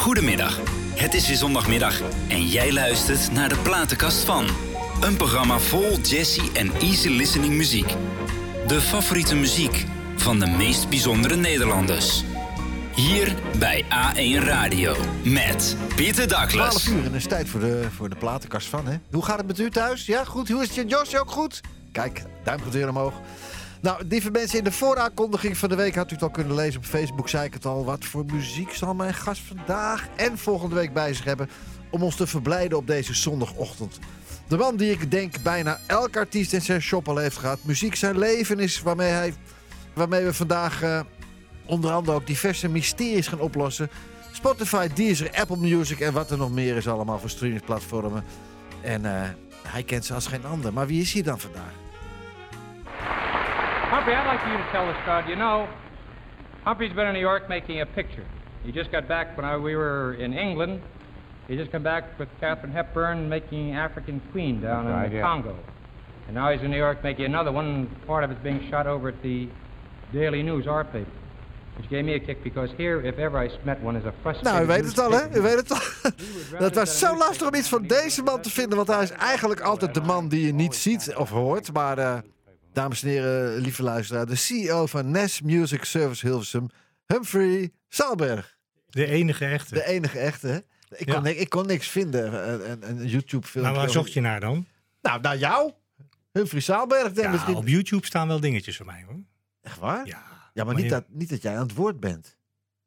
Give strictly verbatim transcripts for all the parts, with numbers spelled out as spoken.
Goedemiddag, het is weer zondagmiddag en jij luistert naar de Platenkast van. Een programma vol jazzy en easy listening muziek. De favoriete muziek van de meest bijzondere Nederlanders. Hier bij A één Radio met Pieter Douglas. twaalf uur en het is tijd voor de, voor de Platenkast van. Hè? Hoe gaat het met u thuis? Ja, goed. Hoe is het in Jos? Ook goed? Kijk, duim gaat weer omhoog. Nou, lieve mensen, in de vooraankondiging van de week had u het al kunnen lezen op Facebook. Zei ik het al, wat voor muziek zal mijn gast vandaag en volgende week bij zich hebben om ons te verblijden op deze zondagochtend. De man die ik denk bijna elke artiest in zijn shop al heeft gehad. Muziek zijn leven is waarmee, hij, waarmee we vandaag uh, onder andere ook diverse mysteries gaan oplossen. Spotify, Deezer, Apple Music en wat er nog meer is allemaal voor streamingsplatformen. En uh, hij kent ze als geen ander. Maar wie is hij dan vandaag? Humphrey, I'd like you to tell this crowd, you know, Humphrey's been in New York making a picture. He just got back when I, we were in England. He just come back with Katharine Hepburn making African Queen down in right, the yeah. Congo. And now he's in New York making another one. Part of it's being shot over at the Daily News, our paper. Which gave me a kick because here, if ever I met one, is a frustrated... Nou, u weet het al, hè? U weet het al. Dat was zo lastig om iets van deze man te vinden, want hij is eigenlijk altijd de man die je niet ziet of hoort. Maar, uh, dames en heren, lieve luisteraar, de C E O van N E S Music Service Hilversum, Humphrey Saalberg. De enige echte. De enige echte, hè? Ik kon, ja. ik kon niks vinden, een, een YouTube-film. Nou, waar zocht je naar dan? Nou, naar jou. Humphrey Saalberg. Denk ja, misschien... op YouTube staan wel dingetjes voor mij, hoor. Echt waar? Ja. Ja, maar, maar niet, je... dat, niet dat jij aan het woord bent.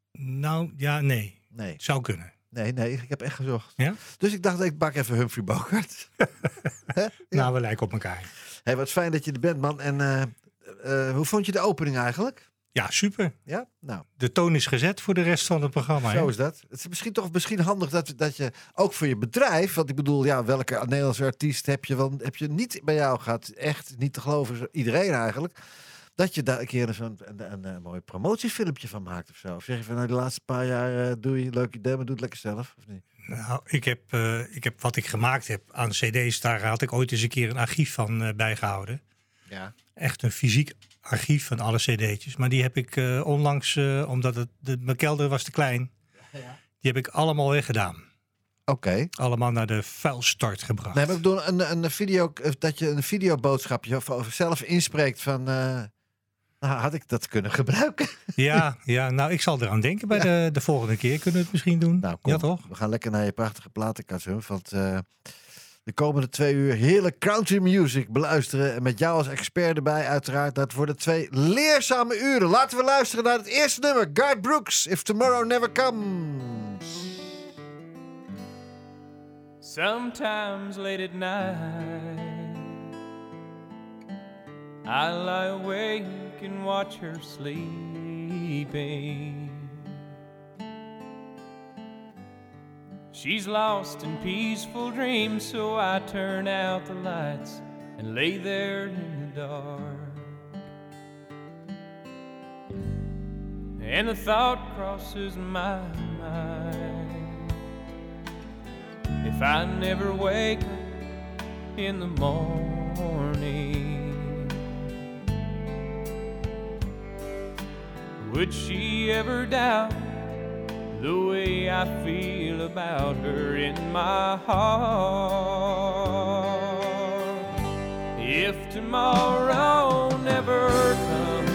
Nou, ja, nee. Nee. Zou kunnen. Nee, nee, ik heb echt gezocht. Ja? Dus ik dacht, ik bak even Humphrey Bogart. ja. Nou, we lijken op elkaar. Hey, wat fijn dat je er bent, man. En uh, uh, hoe vond je de opening eigenlijk? Ja, super. Ja? Nou. De toon is gezet voor de rest van het programma. Zo hè? is dat. Het is misschien toch misschien handig dat, dat je, ook voor je bedrijf, want ik bedoel, ja, welke Nederlandse artiest heb je, wel, heb je niet bij jou gehad? Echt niet te geloven, iedereen eigenlijk. Dat je daar een keer een, een, een, een mooi promotiefilmpje van maakt of zo. Of zeg je van, nou, de laatste paar jaar uh, doe je leuk idee, maar doe het lekker zelf, of niet? Nou, ik heb, uh, ik heb wat ik gemaakt heb aan cd's, daar had ik ooit eens een keer een archief van uh, bijgehouden. Ja. Echt een fysiek archief van alle cd'tjes. Maar die heb ik uh, onlangs, uh, omdat het, de, mijn kelder was te klein, ja. Die heb ik allemaal weggedaan. Oké. Okay. Allemaal naar de vuilstort gebracht. Nee, maar ik bedoel een, een video, dat je een videoboodschapje of, of zelf inspreekt van... Uh, nou, had ik dat kunnen gebruiken? Ja, ja, nou, ik zal eraan denken bij ja. de, de volgende keer. Kunnen we het misschien doen? Nou, kom, ja, toch? We gaan lekker naar je prachtige platenkast, want uh, de komende twee uur heerlijk country music beluisteren. En met jou als expert erbij, uiteraard. Dat worden twee leerzame uren. Laten we luisteren naar het eerste nummer. Garth Brooks, If Tomorrow Never Comes. Sometimes late at night I lie awake and watch her sleeping. She's lost in peaceful dreams, so I turn out the lights and lay there in the dark. And the thought crosses my mind, if I never wake up in the morning, would she ever doubt the way I feel about her in my heart? If tomorrow never comes,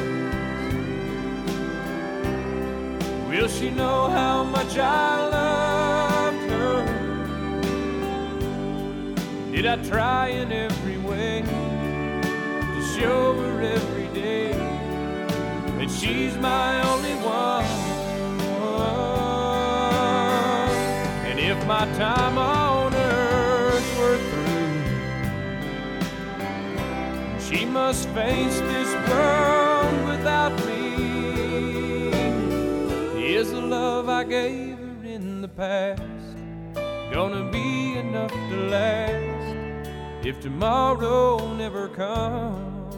will she know how much I loved her? Did I try in every way to show her every day that she's my only one? And if my time on earth were through, she must face this world without me. Is the love I gave her in the past gonna be enough to last if tomorrow never comes?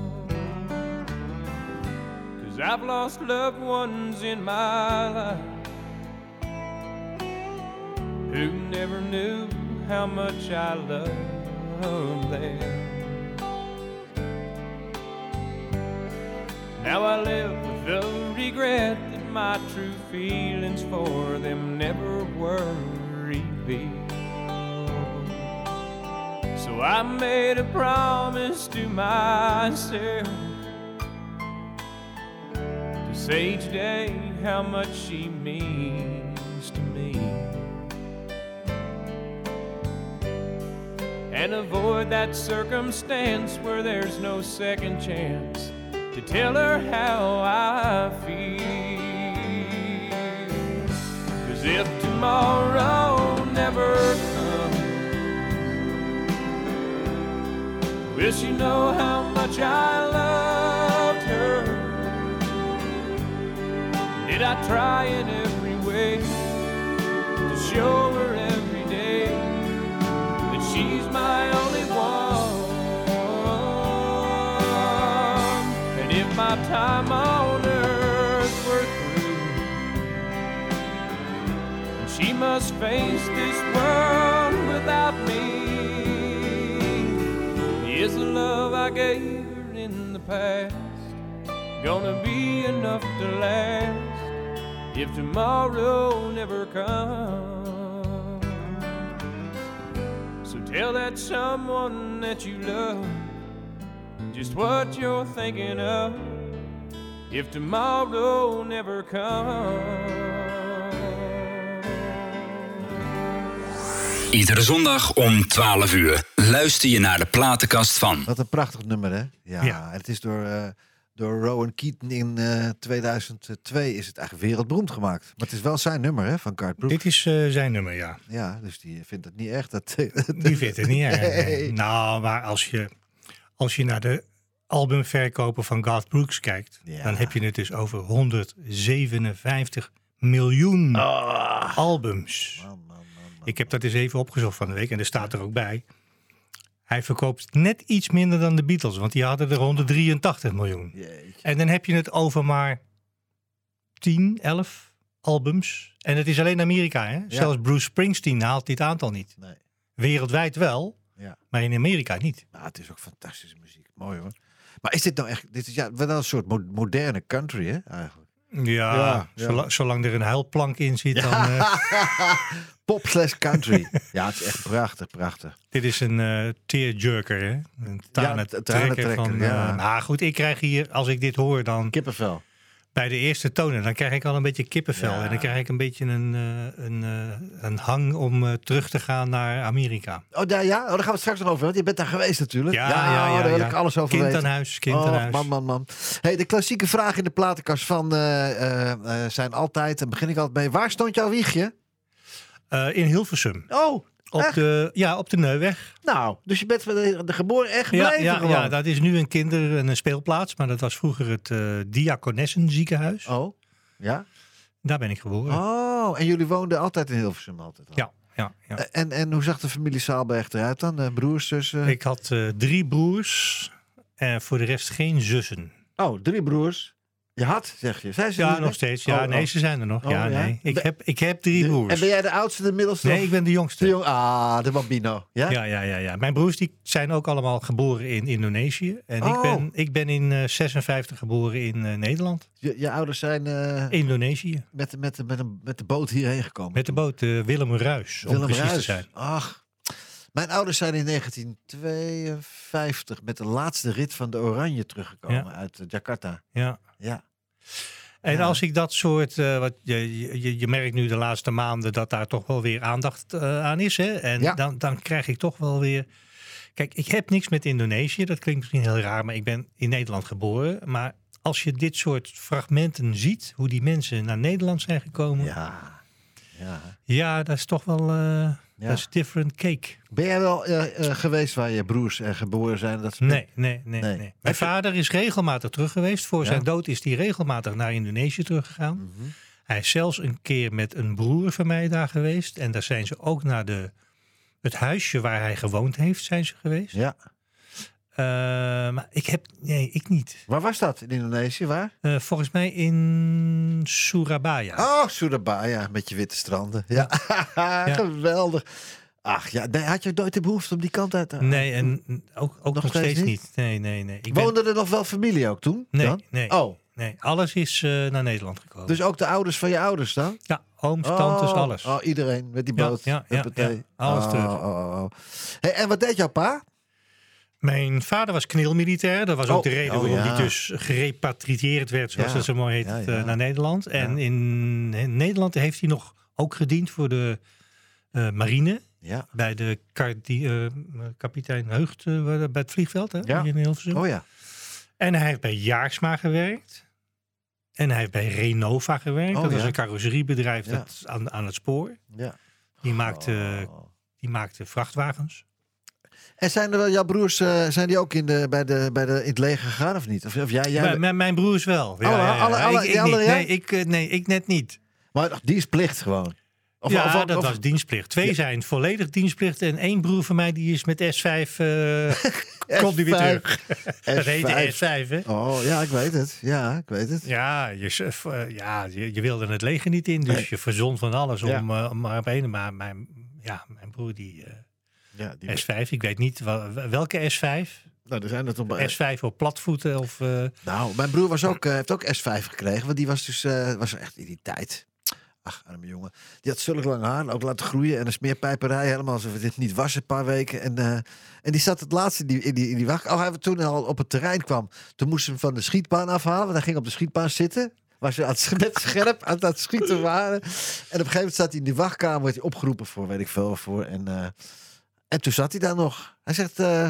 I've lost loved ones in my life who never knew how much I loved them. Now I live with the regret that my true feelings for them never worry bill. So I made a promise to myself to say each day how much she means to me, and avoid that circumstance where there's no second chance to tell her how I feel. 'Cause if tomorrow never comes, will she know how much I loved her? Did I try in every way to show her every day that she's my only one? And if my time on earth were through, and she must face this world without me, is the love I gave her in the past gonna be enough to last if tomorrow never comes? So tell that someone that you love just what you're thinking of if tomorrow never comes. Iedere zondag om twaalf uur luister je naar de platenkast van. Wat een prachtig nummer, hè? Ja, Ja. het is door, uh, door Rowan Keaton in uh, tweeduizend twee is het eigenlijk wereldberoemd gemaakt. Maar het is wel zijn nummer, hè, van Garth Brooks. Dit is uh, zijn nummer, ja. Ja, dus die vindt het niet echt. Dat, Die vindt het niet erg. Nee. Nee. Nou, maar als je, als je naar de albumverkopen van Garth Brooks kijkt, Ja. dan heb je het dus over honderdzevenenvijftig miljoen Oh. albums. Man, man, man, man. Ik heb dat eens even opgezocht van de week en er staat er ook bij. Hij verkoopt net iets minder dan de Beatles, want die hadden er honderddrieëntachtig miljoen. Jeetje. En dan heb je het over maar tien, elf albums. En het is alleen Amerika, hè? Zelfs Bruce Springsteen haalt dit aantal niet. Nee. Wereldwijd wel, Ja. maar in Amerika niet. Nou, het is ook fantastische muziek. Mooi, hoor. Maar is dit nou echt... Dit is ja, wel een soort mo- moderne country, hè, eigenlijk. Ja, Ja, ja. Zolang, zolang er een huilplank in zit, dan... Uh, Pop slash country. Ja, het is echt prachtig, prachtig. dit is een uh, tearjerker, hè? Een Ja, tranentrekker een tranentrekker, van... Uh, ja. Nou goed, ik krijg hier, als ik dit hoor, dan... Kippenvel. Bij de eerste tonen, dan krijg ik al een beetje kippenvel. Ja. En dan krijg ik een beetje een, uh, een, uh, een hang om uh, terug te gaan naar Amerika. Oh, daar, ja? Oh, daar gaan we het straks nog over, want je bent daar geweest natuurlijk. Ja, ja, ja, oh, daar wil ja. ik alles over Kind weten. aan huis, kind aan Oh, huis. man, man, man. Hey, de klassieke vraag in de platenkast van uh, uh, uh, zijn altijd, daar begin ik altijd mee. Waar stond jouw wiegje? Uh, in Hilversum. Oh, Op echt? de, ja, op de Neuweg. Nou, dus je bent de, de geboren echt Ja, gebleven ja, gewoon. ja, dat is nu een kinder- en een speelplaats. Maar dat was vroeger het uh, Diakonessen ziekenhuis. Oh, ja? Daar ben ik geboren. Oh, en jullie woonden altijd in Hilversum altijd al? Ja, ja, ja. Uh, En, en hoe zag de familie Saalberg eruit dan? Uh, broers, zussen? Ik had uh, drie broers en voor de rest geen zussen. Oh, drie broers. Je had, zeg je. Zijn ze Ja, er nog steeds. Ja, Oh, nee, oh. ze zijn er nog. Oh, ja, ja? nee. Ik Be- heb, ik heb drie De- broers. En ben jij de oudste, de middelste? Nee, of ik ben de jongste. de jong? Ah, de bambino. Ja? Ja, ja, ja, ja. Mijn broers die zijn ook allemaal geboren in Indonesië. En Oh. ik, ben, ik ben in uh, zesenvijftig geboren in uh, Nederland. Je, je ouders zijn uh, Indonesië. met, de- met, de- met, de- met de boot hierheen gekomen. Met de boot uh, Willem Ruis, om Willem precies Ruijs. te zijn. Ach. Mijn ouders zijn in negentien tweeënvijftig met de laatste rit van de Oranje teruggekomen Ja. uit uh, Jakarta. Ja. Ja. En Ja. als ik dat soort, uh, wat, je, je, je merkt nu de laatste maanden dat daar toch wel weer aandacht uh, aan is. Hè? En Ja. dan, dan krijg ik toch wel weer... Kijk, ik heb niks met Indonesië. Dat klinkt misschien heel raar, maar ik ben in Nederland geboren. Maar als je dit soort fragmenten ziet, hoe die mensen naar Nederland zijn gekomen. Ja, Ja. ja dat is toch wel... Uh, Ja. dat is different cake. Ben jij wel uh, uh, geweest waar je broers uh, geboren zijn? Dat soort- Nee, nee, nee. Nee. nee. Mijn Heb je- vader is regelmatig terug geweest. Voor Ja? zijn dood is hij regelmatig naar Indonesië teruggegaan. Mhm. Hij is zelfs een keer met een broer van mij daar geweest. En daar zijn ze ook naar de, het huisje waar hij gewoond heeft, zijn ze geweest. Ja. Uh, maar ik heb, nee, ik niet. Waar was dat? In Indonesië? Waar? Uh, volgens mij in Surabaya. Oh, Surabaya, met je witte stranden. Ja, geweldig. Ach ja, nee, had je nooit de behoefte om die kant uit te... Nee, en ook, ook nog, steeds steeds niet? niet. Nee, nee, nee. Ik ben- Woonde er nog wel familie ook toen? Nee, dan? nee. Oh, nee, alles is uh, naar Nederland gekomen. Dus ook de ouders van je ouders dan? Ja, ooms, tantes, oh, alles. Oh, iedereen met die boot. Ja, ja, ja, ja, alles oh, terug. Oh, oh, oh. Hey, en wat deed jouw pa? Mijn vader was kneelmilitair. Dat was ook oh, de reden oh, waarom ja. hij dus gerepatrieerd werd, zoals ja. dat zo mooi heet, ja, ja. Uh, naar Nederland. En ja. in, in Nederland heeft hij nog ook gediend voor de uh, marine. Ja. Bij de kardi- uh, kapitein Heugt, uh, bij het vliegveld, hè, Ja. in Hilversum. Oh ja. En hij heeft bij Jaarsma gewerkt. En hij heeft bij Renova gewerkt. Oh, dat ja. was een carrosseriebedrijf Ja. dat aan, aan het spoor. Ja. Die maakte, Oh. die maakte vrachtwagens. En zijn er wel jouw broers, uh, zijn die ook in, de, bij de, bij de, in het leger gegaan of niet? Of, of jij, jij... Mijn, mijn, mijn broers wel. Ja, Alle- ja, ja. alle- alle- ik, ik die niet. andere, ja? Nee, ik, uh, nee, ik net niet. Maar ach, die is plicht gewoon. Of, ja, of- of- dat of- was dienstplicht. Twee Ja. zijn volledig dienstplicht. En één broer van mij die is met S vijf... Uh, komt die weer terug. Dat heette S vijf, hè? Oh, ja, ik weet het. Ja, ik weet het. Ja, je, uh, ja je, je wilde het leger niet in. Dus Nee. je verzon van alles Ja. om, uh, om maar op een. Maar mijn, ja, mijn broer die... Uh, Ja, die... S vijf, ik weet niet wel, welke S vijf. Nou, er zijn er toch bij. S vijf op platvoeten of... Uh... Nou, mijn broer was ook, uh, heeft ook S vijf gekregen. Want die was dus uh, was er echt in die tijd. Ach, arme jongen. Die had zulk lang haar, ook laten groeien. En een smeerpijperij, helemaal alsof het dit niet was een paar weken. En, uh, en die zat het laatste in die, in die, in die wacht. Oh, hij toen al op het terrein kwam. Toen moesten ze hem van de schietbaan afhalen. Want hij ging op de schietbaan zitten. Waar ze aan het, net scherp aan het schieten waren. En op een gegeven moment staat hij in die wachtkamer. Werd hij opgeroepen voor, weet ik veel, voor. En... Uh, En toen zat hij daar nog. Hij zegt, uh,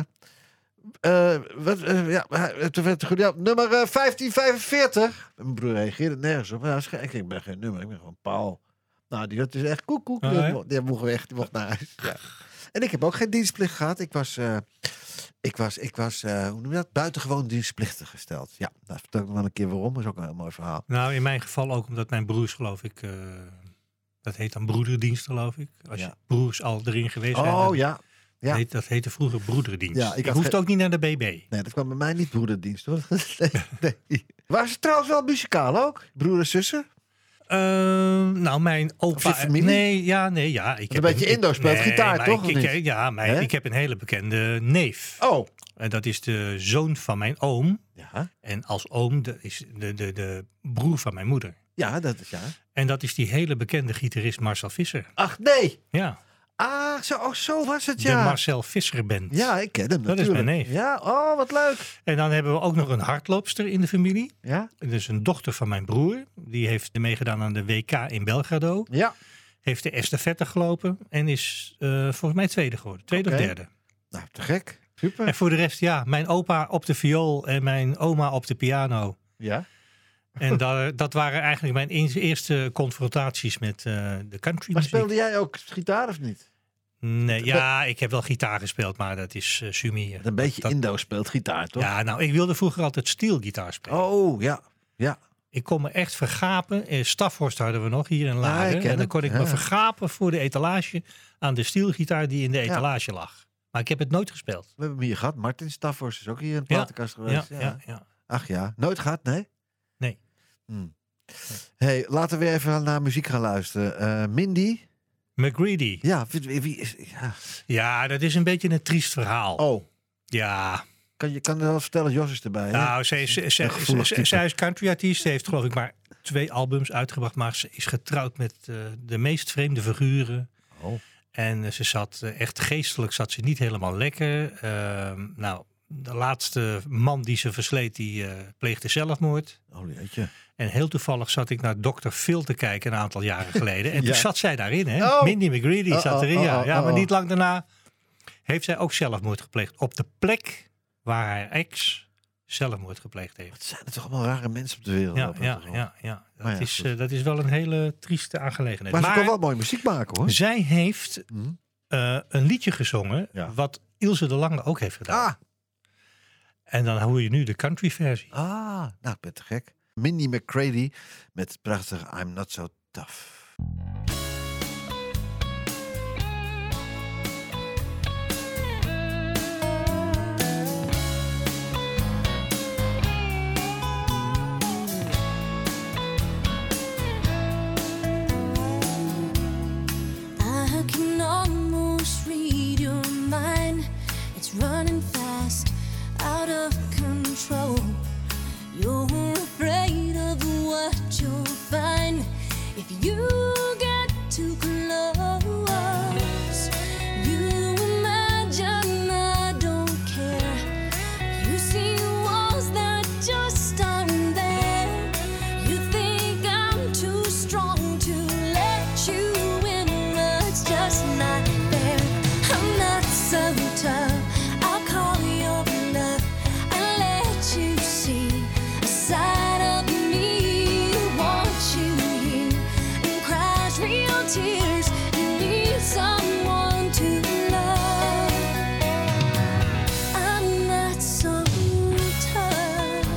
uh, wat, uh, ja, toen werd het goed, ja, nummer uh, vijftien vijfenveertig. Mijn broer reageerde nergens op. Ja, ik, ik ben geen nummer, ik ben gewoon Paul. Nou, die had dus echt koek, koek. Oh, die, ja? mocht, die mocht weg, die mocht naar huis. Ja. En ik heb ook geen dienstplicht gehad. Ik was, uh, ik was, ik was uh, hoe noem je dat? Buitengewoon dienstplichtig gesteld. Ja, dat vertel ik nog wel een keer waarom. Dat is ook een heel mooi verhaal. Nou, in mijn geval ook omdat mijn broers, geloof ik... Uh, dat heet dan broederdienst, geloof ik. Als Ja. je broers al erin geweest zijn. Oh dan- ja. Ja. Dat, heet, dat heette vroeger broederdienst. Ja, ik ik had hoefde ge- ook niet naar de B B. Nee, dat kwam bij mij niet broederdienst hoor. nee, nee. Waren ze trouwens wel muzikaal ook? Broer en zussen? Uh, nou, mijn opa... Of je familie? Nee, ja, nee, ja. Ik Een beetje Indo speelt gitaar, maar toch, Ik, of ik, niet? ja, mijn, Hè? ik heb een hele bekende neef. Oh. En dat is de zoon van mijn oom. Ja, En als oom de, is de, de, de broer van mijn moeder. ja dat is ja. En dat is die hele bekende gitarist Marcel Visser. Ach nee. Ja, Ah, zo, oh, zo was het de ja. Marcel Visser Band. Ja, ik ken hem Dat is natuurlijk. mijn neef. Ja, oh wat leuk. En dan hebben we ook nog een hardloopster in de familie. Ja, Dus een dochter van mijn broer. Die heeft meegedaan aan de W K in Belgrado. ja. Heeft de estafette gelopen. En is uh, volgens mij tweede geworden. Tweede Oké. of derde. Nou, te gek. Super. En voor de rest, ja, mijn opa op de viool en mijn oma op de piano. Ja. En dat, dat waren eigenlijk mijn eerste confrontaties met uh, de country Maar muziek. speelde jij ook gitaar of niet? Nee, ja, ik heb wel gitaar gespeeld, maar dat is uh, sumi. Een beetje dat, Indo speelt gitaar, toch? Ja, nou, ik wilde vroeger altijd steelgitaar spelen. Oh, ja. Ja. Ik kon me echt vergapen. Eh, Staphorst hadden we nog hier in Ja, Laren. ik ken en dan het, kon ik ja. me vergapen voor de etalage aan de steelgitaar die in de etalage lag. Maar ik heb het nooit gespeeld. We hebben hem hier gehad. Martin Staphorst is ook hier in de Ja, platenkast Ja, geweest. ja, Ja. ja. Ach ja. Nooit gehad, nee? Nee. Hm. Hey, laten we weer even naar muziek gaan luisteren. Uh, Mindy. McGreedy. Ja, wie, wie is... Ja. Ja, dat is een beetje een triest verhaal. Oh, Ja, kan je kan je wel vertellen, Jos is erbij. hè? nou, zij is, zij, zij, gevoelig zij, type. zij is country-artiest. Ze heeft geloof ik maar twee albums uitgebracht. Maar ze is getrouwd met uh, de meest vreemde figuren. Oh. En uh, ze zat uh, echt geestelijk zat ze niet helemaal lekker. Uh, nou, de laatste man die ze versleet, die uh, pleegde zelfmoord. Oh, jeetje. En heel toevallig zat ik naar dokter Phil te kijken een aantal jaren geleden. En Ja. toen zat zij daarin, hè? Oh. Mindy McGreedy Oh, zat oh, erin, oh, ja. oh, ja. Maar oh. niet lang daarna heeft zij ook zelfmoord gepleegd. Op de plek waar haar ex zelfmoord gepleegd heeft. Wat zijn er toch allemaal rare mensen op de wereld. Ja, op- ja, op- ja, ja. Dat, Maar ja, is, goed. uh, dat is wel een hele trieste aangelegenheid. Maar ze Maar kon wel mooi muziek maken, hoor. zij heeft Hm? uh, een liedje gezongen, Ja. wat Ilse de Lange ook heeft gedaan. Ah, En dan hoor je nu de country versie. ah, nou, ik ben te gek. Mindy McCready met prachtig I'm Not So Tough. I can almost read your mind. It's running fast, out of control. You're afraid just not there. I'm not so tough. I'll call your bluff and let you see a side of me who wants you here and cries real tears and needs someone to love. I'm not so tough.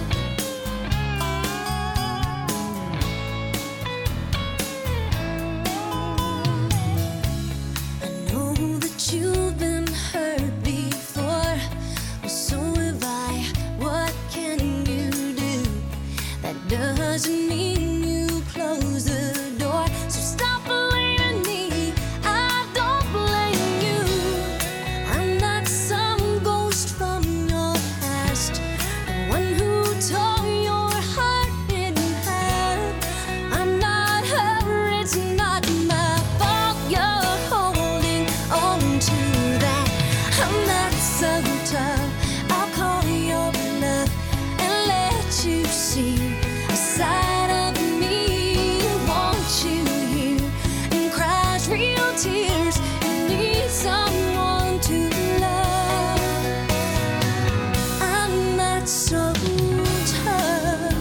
I know that you've been hurt before. Well, so have I. What can you do? That doesn't mean you close the door. So stop blaming me. I don't blame you. I'm not some ghost from your past, the one who tore your heart in half. I'm not her. It's not my fault you're holding on to that. I'm not so tough. I'll call your bluff and let you see a side of me who wants you here and cries real tears and needs someone to love. I'm not so tough.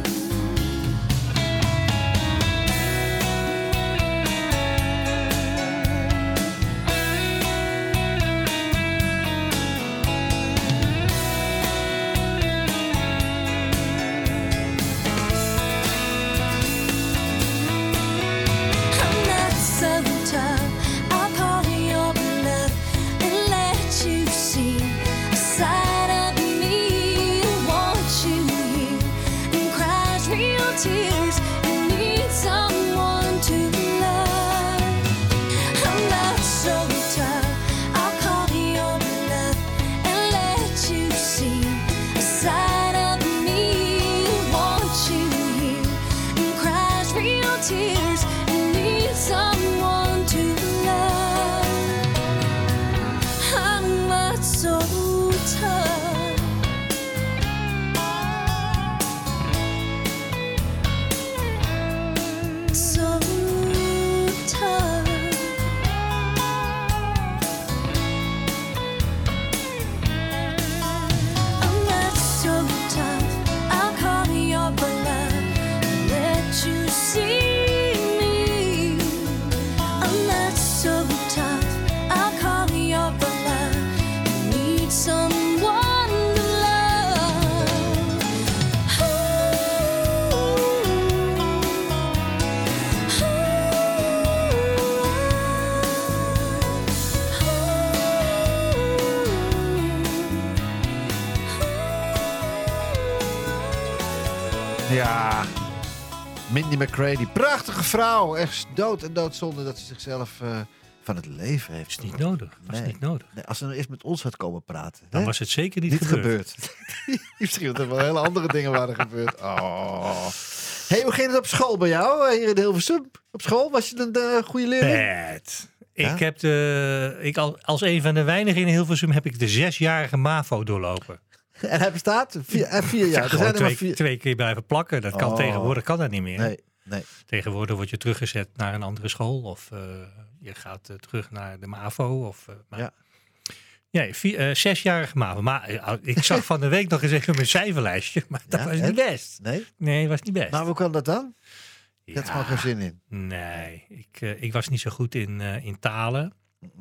I'm not so tough. I'll call your bluff and let you see a side of me who wants you here and cries real tears and needs someone to love. I'm not so tough. I'll call your bluff and let you see a side of me who wants you here and cries real tears and needs someone to love. I'm not so tough. So tough. I'm not so tough. I'll call your bluff and let you see me. I'm not so tough. I'll call your bluff and need someone to love. Ja, Mindy McCready. Prachtige vrouw. Echt dood en doodzonde dat ze zichzelf uh, van het leven heeft. is niet nodig. Was Nee. niet nodig. Nee, als ze nou eerst met ons had komen praten. Dan hè? was het zeker niet, niet gebeurd. gebeurd. Misschien dat er wel hele andere dingen waren gebeurd. Oh. Hey, hoe ging het op school bij jou eh, hier in Hilversum? Op school was je een uh, goede leerling? Bad. Ja? Ik heb de, ik al, als een van de weinigen in Hilversum heb ik de zesjarige MAVO doorlopen. En hij bestaat vier, eh, vier jaar. Ja, Er gewoon zijn er maar twee, vier. twee keer blijven plakken. Dat kan Oh. tegenwoordig kan dat niet meer. Nee, nee. Tegenwoordig word je teruggezet naar een andere school. Of uh, je gaat uh, terug naar de MAVO. Of, uh, maar, Ja. Ja, vier, uh, zesjarige MAVO. Maar uh, ik zag van de week nog eens even mijn cijferlijstje. Maar dat Ja, was en? niet best. Nee? Nee, was niet best. Maar hoe kan dat dan? Je had Ja, gewoon geen zin in. Nee, ik, uh, ik was niet zo goed in, uh, in talen.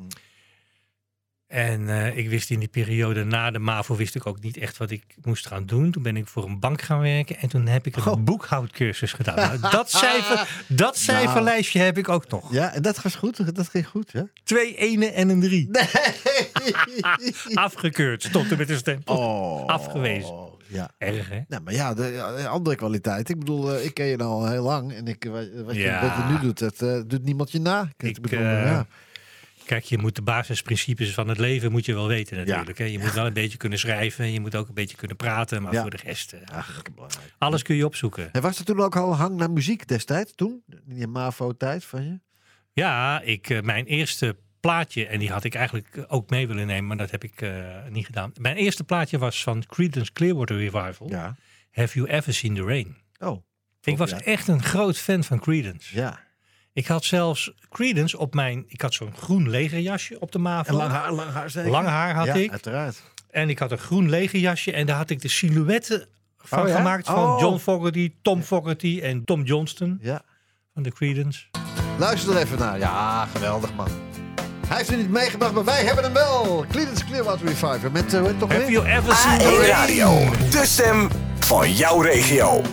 En uh, ik wist in die periode na de MAVO wist ik ook niet echt wat ik moest gaan doen. Toen ben ik voor een bank gaan werken en toen heb ik een Oh. boekhoudcursus gedaan. Nou, dat, cijfer, dat cijferlijstje heb ik ook nog. Ja, en dat was goed. Dat ging goed, ja? Twee enen en een drie. Nee. Afgekeurd, stond er met een stempel. Oh. Afgewezen. Ja. Erg, hè? Nou, maar ja, de, ja, de andere kwaliteit. Ik bedoel, uh, ik ken je nou al heel lang. En ik, wat, wat, je, Ja. wat je nu doet, dat uh, doet niemand je na. Ik, Ik, bedoel, uh, ja. Kijk, je moet de basisprincipes van het leven moet je wel weten natuurlijk. Hè? Je moet wel een beetje kunnen schrijven. Je moet ook een beetje kunnen praten. Maar Ja. voor de rest, uh, Ach, belangrijk. alles kun je opzoeken. En was er toen ook al hang naar muziek destijds? Toen? In die MAVO-tijd van je? Ja, ik, uh, mijn eerste plaatje, en die had ik eigenlijk ook mee willen nemen, maar dat heb ik uh, niet gedaan. Mijn eerste plaatje was van Creedence Clearwater Revival. Ja. Have You Ever Seen the Rain? Oh. Ik was ja. echt een groot fan van Creedence. Ja. Ik had zelfs Creedence op mijn... Ik had zo'n groen legerjasje op de MAVO. En lang haar, lang haar zeker? Lang haar had ja, ik. uiteraard. En ik had een groen legerjasje. En daar had ik de silhouetten van Oh, ja? gemaakt. Van Oh. John Fogerty, Tom Fogerty en Tom Johnston. Ja. Van de Creedence. Luister er even naar. Ja, geweldig man. Hij heeft er niet meegebracht, maar wij hebben hem wel. Creedence Clearwater Revival. Met, uh, hoe heet het toch Have weer? you ever A seen the één rain? Radio, de stem van jouw regio.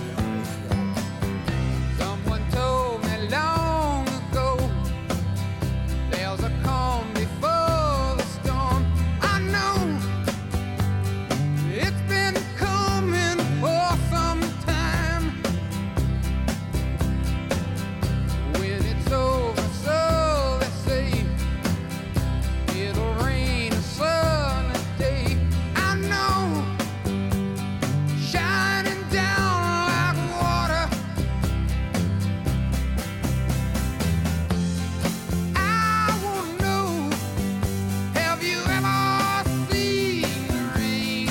Someone told me long ago there's a calm before the storm. I know it's been coming for some time. When it's over, so they say it'll rain a sunny day. I know, shining down like water. I wanna know, have you ever seen the rain?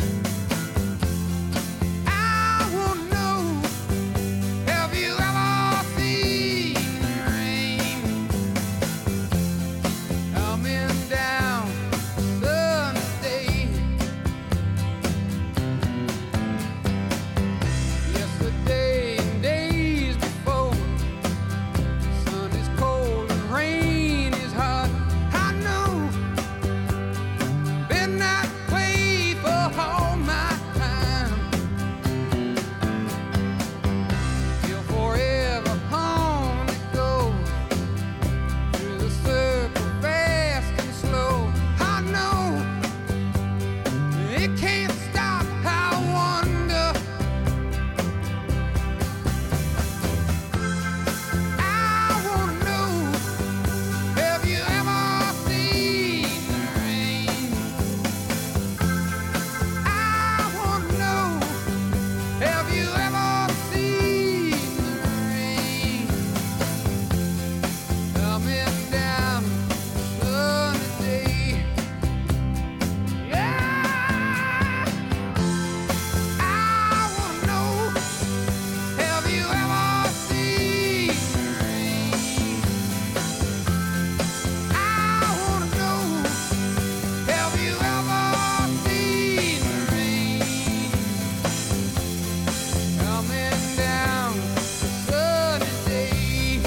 I wanna know, have you ever seen the rain? Coming down Sunday. Yesterday and days before, sun is cold and rain is hot. I know, been that way for all my time. Till forever on it goes, through the circle fast and slow. I know, it can't stop. I wonder, I wanna know, have you ever seen the rain? I wanna know, have you ever seen the rain? Coming down sunny day. Yeah, I wanna know, have you ever seen the rain? I wanna know, have you ever seen the rain? Coming down sunny day.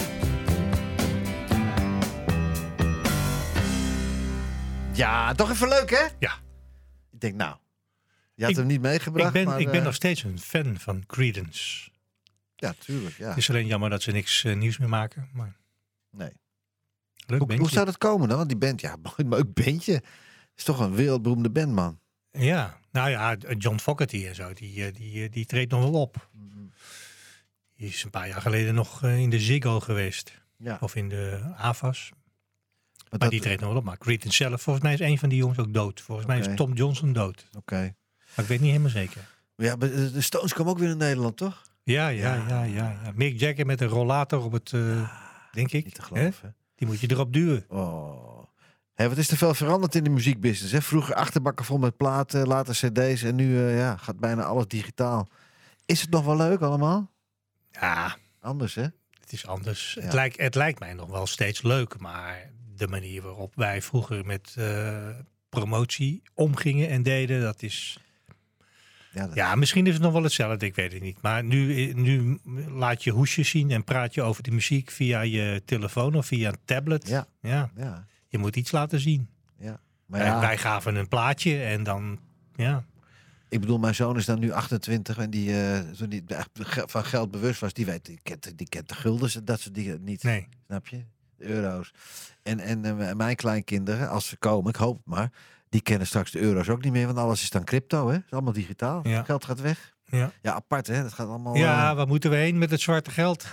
Ja, toch even leuk hè? Ja. Ik denk nou, je had Ik- hem niet meegebracht. Ik ben, maar, ik ben eh, nog steeds een fan van Creedence. Ja, tuurlijk. Ja. Het is alleen jammer dat ze niks eh, nieuws meer maken. Maar Nee. leuk Hoe, bandje. hoe zou dat komen dan? Want die band, ja, mooi, leuk bandje. Is toch een wereldberoemde band, man. Ja, nou ja, John Fogerty en zo, die, eh, die, eh, die treedt nog wel op. Die is een paar jaar geleden nog eh, in de Ziggo geweest. Ja. Of in de A F A S. Maar Maar dat- die treedt nog wel op. Maar Creedence zelf, volgens mij is een van die jongens ook dood. Volgens mij Oké. is Tom Johnson dood. Oké. Maar ik weet niet helemaal zeker. Maar ja, maar de de Stones komen ook weer in Nederland, toch? Ja, ja, ja, ja. ja. Mick Jagger met een rollator op het, eh, denk ik. Niet te hè? geloven. Die moet je erop duwen. Oh. Hé, wat is er veel veranderd in de muziekbusiness, hè? Vroeger achterbakken vol met platen, later cd's en nu eh, ja, gaat bijna alles digitaal. Is het nog wel leuk allemaal? Ja, Anders, hè? het is anders. Ja. Het, lijkt, het lijkt mij nog wel steeds leuk. Maar de manier waarop wij vroeger met eh, promotie omgingen en deden, dat is... Ja, dat- Ja, misschien is het nog wel hetzelfde, ik weet het niet. Maar nu, nu laat je hoesjes zien en praat je over de muziek via je telefoon of via een tablet. Ja. Ja, ja, je moet iets laten zien. ja. Maar Wij, ja, wij gaven een plaatje en dan, ja. ik bedoel, mijn zoon is dan nu achtentwintig en die, eh, toen die echt ge- van geld bewust was, die weet, die kent, die kent de guldens, dat soort dingen niet. Nee. Snap je? De euro's. En, en eh, mijn kleinkinderen, als ze komen, ik hoop het maar, die kennen straks de euro's ook niet meer, want alles is dan crypto, hè? Het is allemaal digitaal. Ja. Geld gaat weg. Ja, Ja, apart, hè? Dat gaat allemaal... ja eh, waar moeten we heen met het zwarte geld?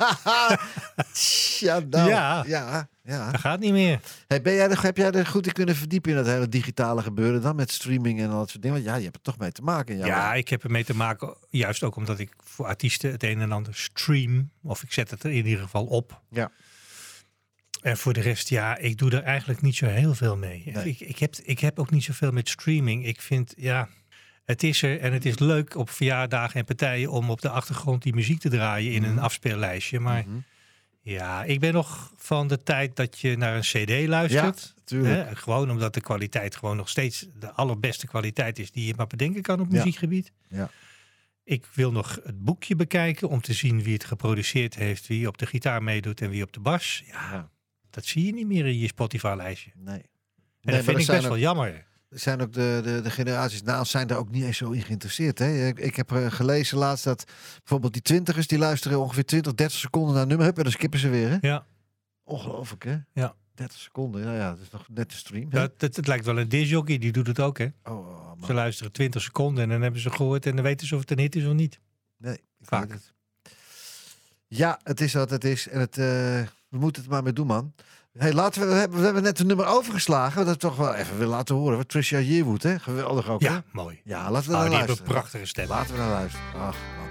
ja, nou, Ja. ja, ja. Dat gaat niet meer. Hey, ben jij er, heb jij er goed in kunnen verdiepen in dat hele digitale gebeuren dan, met streaming en al dat soort dingen? Want ja, je hebt er toch mee te maken. in jouw Ja, werk. ik heb ermee te maken, juist ook omdat ik voor artiesten het een en ander stream. Of ik zet het er in ieder geval op. Ja. En voor de rest, ja, ik doe er eigenlijk niet zo heel veel mee. Nee. Ik, ik, heb, ik heb ook niet zoveel met streaming. Ik vind, ja, het is er en het is leuk op verjaardagen en partijen om op de achtergrond die muziek te draaien in een afspeellijstje. Maar Mhm. Ja, ik ben nog van de tijd dat je naar een cd luistert. Ja, tuurlijk. Hè? Gewoon omdat de kwaliteit gewoon nog steeds de allerbeste kwaliteit is die je maar bedenken kan op Ja. muziekgebied. Ja. Ik wil nog het boekje bekijken om te zien wie het geproduceerd heeft, wie op de gitaar meedoet en wie op de bas. Ja, Ja. dat zie je niet meer in je Spotify-lijstje. Nee. En maar dat vind er ik zijn best ook- wel jammer. zijn ook de, de, de generaties na ons zijn daar ook niet eens zo in geïnteresseerd. Hè? Ik, ik heb uh, gelezen laatst dat bijvoorbeeld die twintigers die luisteren ongeveer twintig, dertig seconden naar een nummer. Hup, en dan skippen ze weer. Hè? Ja, Ongelooflijk, hè? Ja. dertig seconden, ja, ja, dat is nog net de stream. Hè? dat, dat, het lijkt wel een discjockey, die doet het ook, hè. Oh, oh, man. Ze luisteren twintig seconden en dan hebben ze gehoord en dan weten ze of het een hit is of niet. Nee, ik Vaak. weet het. Ja, het is wat het is. En het, uh, we moeten het maar mee doen, man. Hey, laten we, we, hebben, we hebben net een nummer overgeslagen. Dat toch wel even willen laten horen. Tricia Yearwood, hè? Geweldig ook, hè? Ja, mooi. Ja, laten we Oh, naar die hebben luisteren. een prachtige stem. Laten we naar luisteren. Ach, man.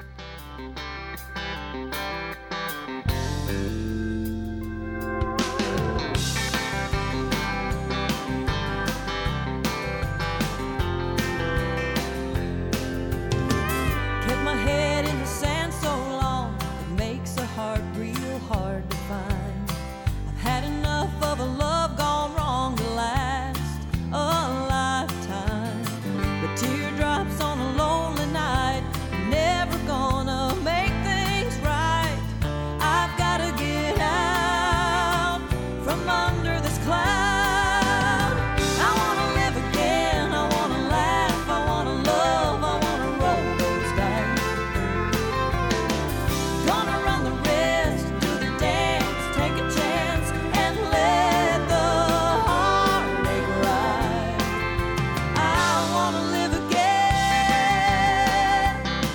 Kept my head in the sand so long, it makes a heart real hard to find. I've had enough of a love gone wrong to last a lifetime. But teardrops on a lonely night are never gonna make things right. I've gotta get out from under this cloud. I wanna live again, I wanna laugh, I wanna love, I wanna roll those dice. Gonna run the risk, do the dance, take a chance, and let the heartache ride. I wanna live again.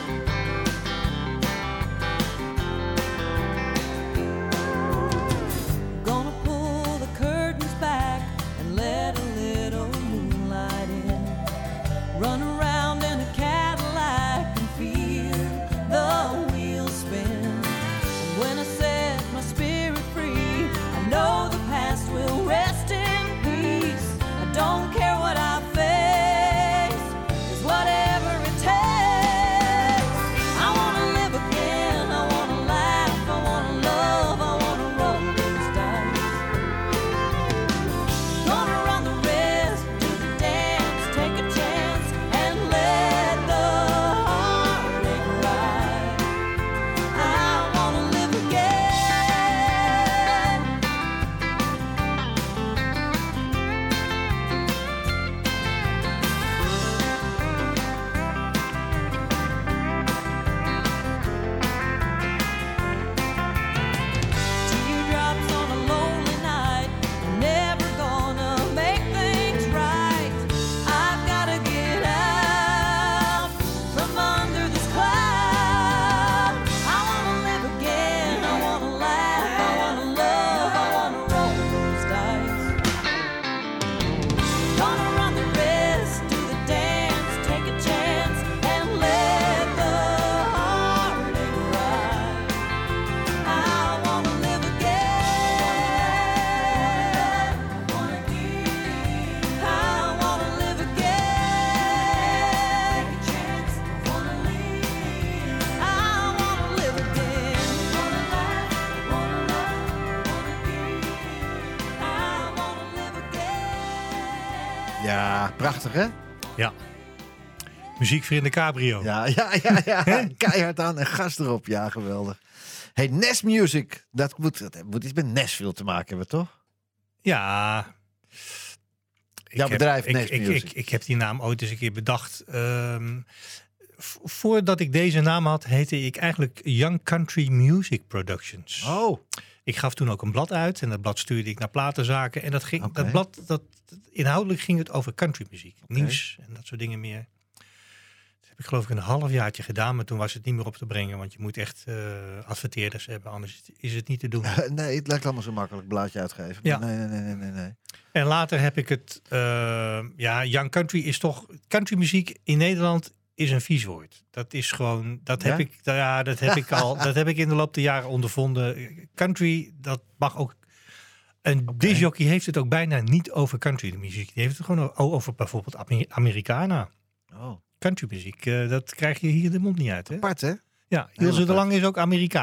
Gonna pull the curtains back and let a little moonlight in. Run around in a Cadillac and feel the wheels spin. And when I set my spirit free, I know the past will rest in peace. I don't care what I face, it's whatever it takes. I wanna live again, I wanna laugh, I wanna love, I wanna roll these dice. Gonna run the risk, do the dance, take a chance, and let the heartache ride. I wanna live again. Teardrops on a lonely night are never gonna make things right. I've gotta get out from under this cloud. I wanna live again, I wanna laugh, I wanna love, I wanna roll those dice. Gonna run the risk, do the dance, take a chance, and let the heartache ride. I wanna live again. Wanna give. I wanna live again. Take a chance. Wanna leave. I wanna live again. Wanna laugh. Wanna love. Wanna give. I wanna live again. Ja, prachtig, hè? Ja. Muziekvrienden Cabrio. Ja, ja, ja, ja. Keihard aan en gas erop. Ja, geweldig. Hey, Nest Music. Dat moet, dat moet iets met Nashville te maken hebben, toch? Ja. Ik Jouw heb- bedrijf, ik, Nest ik, Music. ik, ik heb die naam ooit eens een keer bedacht. Ehm, v- voordat ik deze naam had, heette ik eigenlijk Young Country Music Productions. Oh, Ik gaf toen ook een blad uit en dat blad stuurde ik naar platenzaken. En dat, ging, Oké. dat blad, dat, inhoudelijk ging het over countrymuziek. Nieuws en dat soort dingen meer. Dat heb ik geloof ik een halfjaartje gedaan, maar toen was het niet meer op te brengen. Want je moet echt eh, adverteerders hebben, anders is het niet te doen. nee, het lijkt allemaal zo makkelijk. Blaadje uitgeven. Ja. Maar nee, nee, nee, nee, nee, nee. En later heb ik het... eh, ja, young country is toch... Countrymuziek in Nederland is een vies woord. Dat is gewoon... Dat heb Ja? ik, ja, dat heb ik al... dat heb ik in de loop der jaren ondervonden. Country, dat mag ook... Een discjockey heeft het ook bijna niet over countrymuziek. Die heeft het gewoon o- over bijvoorbeeld Amer- Americana. Oh, Countrymuziek, eh, dat krijg je hier de mond niet uit. Hè? apart, hè? Ja, Heel Ilse de apart. Lange is ook Americana.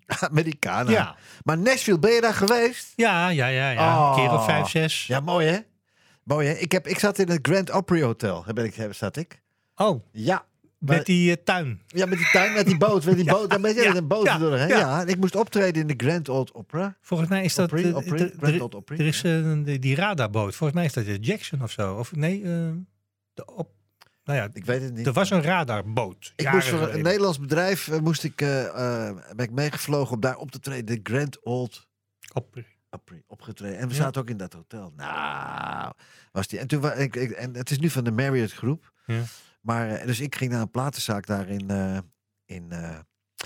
Americana. Ja. Maar Nashville, ben je daar geweest? Ja, ja, ja. ja. Oh. Een keer of vijf, zes. Ja, mooi hè? Mooi hè? Ik, heb, ik zat in het Grand Opry Hotel. Daar ben ik, daar zat ik. Oh, Ja. Maar- met die eh, tuin. Ja, met die tuin, met die boot. Met die Ja, boot. Daar ben je ja, met een boot ja, doorheen. ja. Ja. En ik moest optreden in de Grand Old Opera. Volgens mij is dat... Opry, eh, Opry, er- Grand er- Old Opry, Er is eh, die, die radarboot. Volgens mij is dat de Jackson of zo. Of nee, eh, de op... Nou ja, Ik weet het niet. er was een radarboot. Ik jaren moest voor een geleden. Nederlands bedrijf eh, moest ik, eh, eh, ben ik meegevlogen om daar op te treden. De Grand Old Op- Opry opgetreden. En we Ja. zaten ook in dat hotel. Nou, was die. En toen wa- ik, ik, en het is nu van de Marriott groep. Ja. Maar eh, dus ik ging naar een platenzaak daar in. eh, in, eh,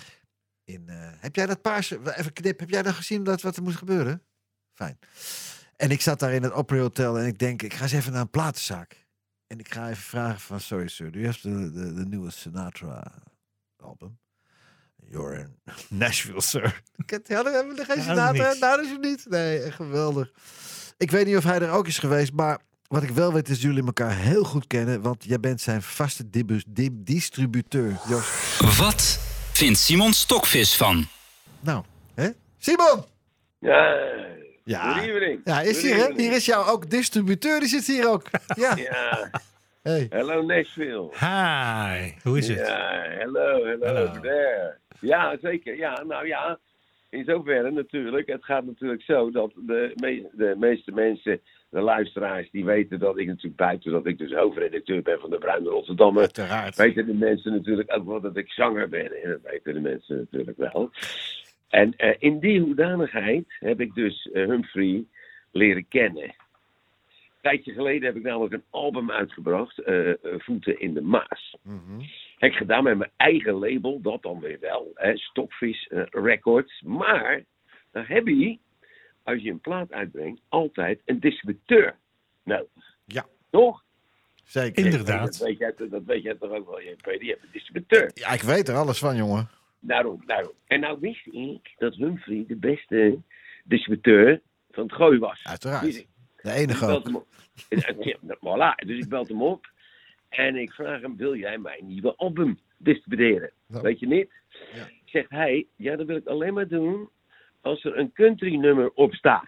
in eh, heb jij dat paarse. Even knip. Heb jij dan gezien dat wat er moest gebeuren? Fijn. En ik zat daar in het Opry Hotel en ik denk, ik ga eens even naar een platenzaak. En ik ga even vragen van, sorry sir, do you have the, the, the newest Sinatra album? You're in Nashville, sir. Kent- Hadden we er geen Ja, Sinatra? niks. Nou, dat is het niet. Nee, echt geweldig. Ik weet niet of hij er ook is geweest, maar wat ik wel weet is dat jullie elkaar heel goed kennen, want jij bent zijn vaste dibu- di- distributeur, Jos. Wat vindt Simon Stokvis van? Nou, hè? Simon! Ja, Ja. good evening. Ja, is Good hier, hè? evening. Hier is jouw ook distributeur, die zit hier ook. Ja. Ja, Hey. hello Nashville. Hi, hoe is het? Ja, hello, hello, Hallo. there. Ja, zeker. Ja, nou ja, in zoverre natuurlijk. Het gaat natuurlijk zo dat de, me- de meeste mensen, de luisteraars, die weten dat ik natuurlijk buiten dat ik dus hoofdredacteur ben van de Bruine Rotterdammer. Uiteraard. Weten de mensen natuurlijk ook wel dat ik zanger ben. En dat weten de mensen natuurlijk wel. En eh, in die hoedanigheid heb ik dus eh, Humphrey leren kennen. Een tijdje geleden heb ik namelijk een album uitgebracht, eh, eh, Voeten in de Maas. Mhm. Heb ik gedaan met mijn eigen label, dat dan weer wel, hè, Stockfish eh, Records. Maar dan heb je, als je een plaat uitbrengt, altijd een distributeur nodig. Ja. Toch? Zeker. Inderdaad. Dat weet jij, dat weet jij toch ook wel, J P? Die hebt een distributeur. Ja, ik weet er alles van, jongen. Daarom, daarom. En nou wist ik dat Humphrey de beste distributeur van het gooi was. Uiteraard. Wist ik. De Dus enige ik belde ook. hem op. Ja, voilà. Dus ik belde hem op. En ik vraag hem, wil jij mijn nieuwe album distribueren? Nou. Weet je niet? Ja. Zegt hij, ja, dat wil ik alleen maar doen als er een country nummer op staat.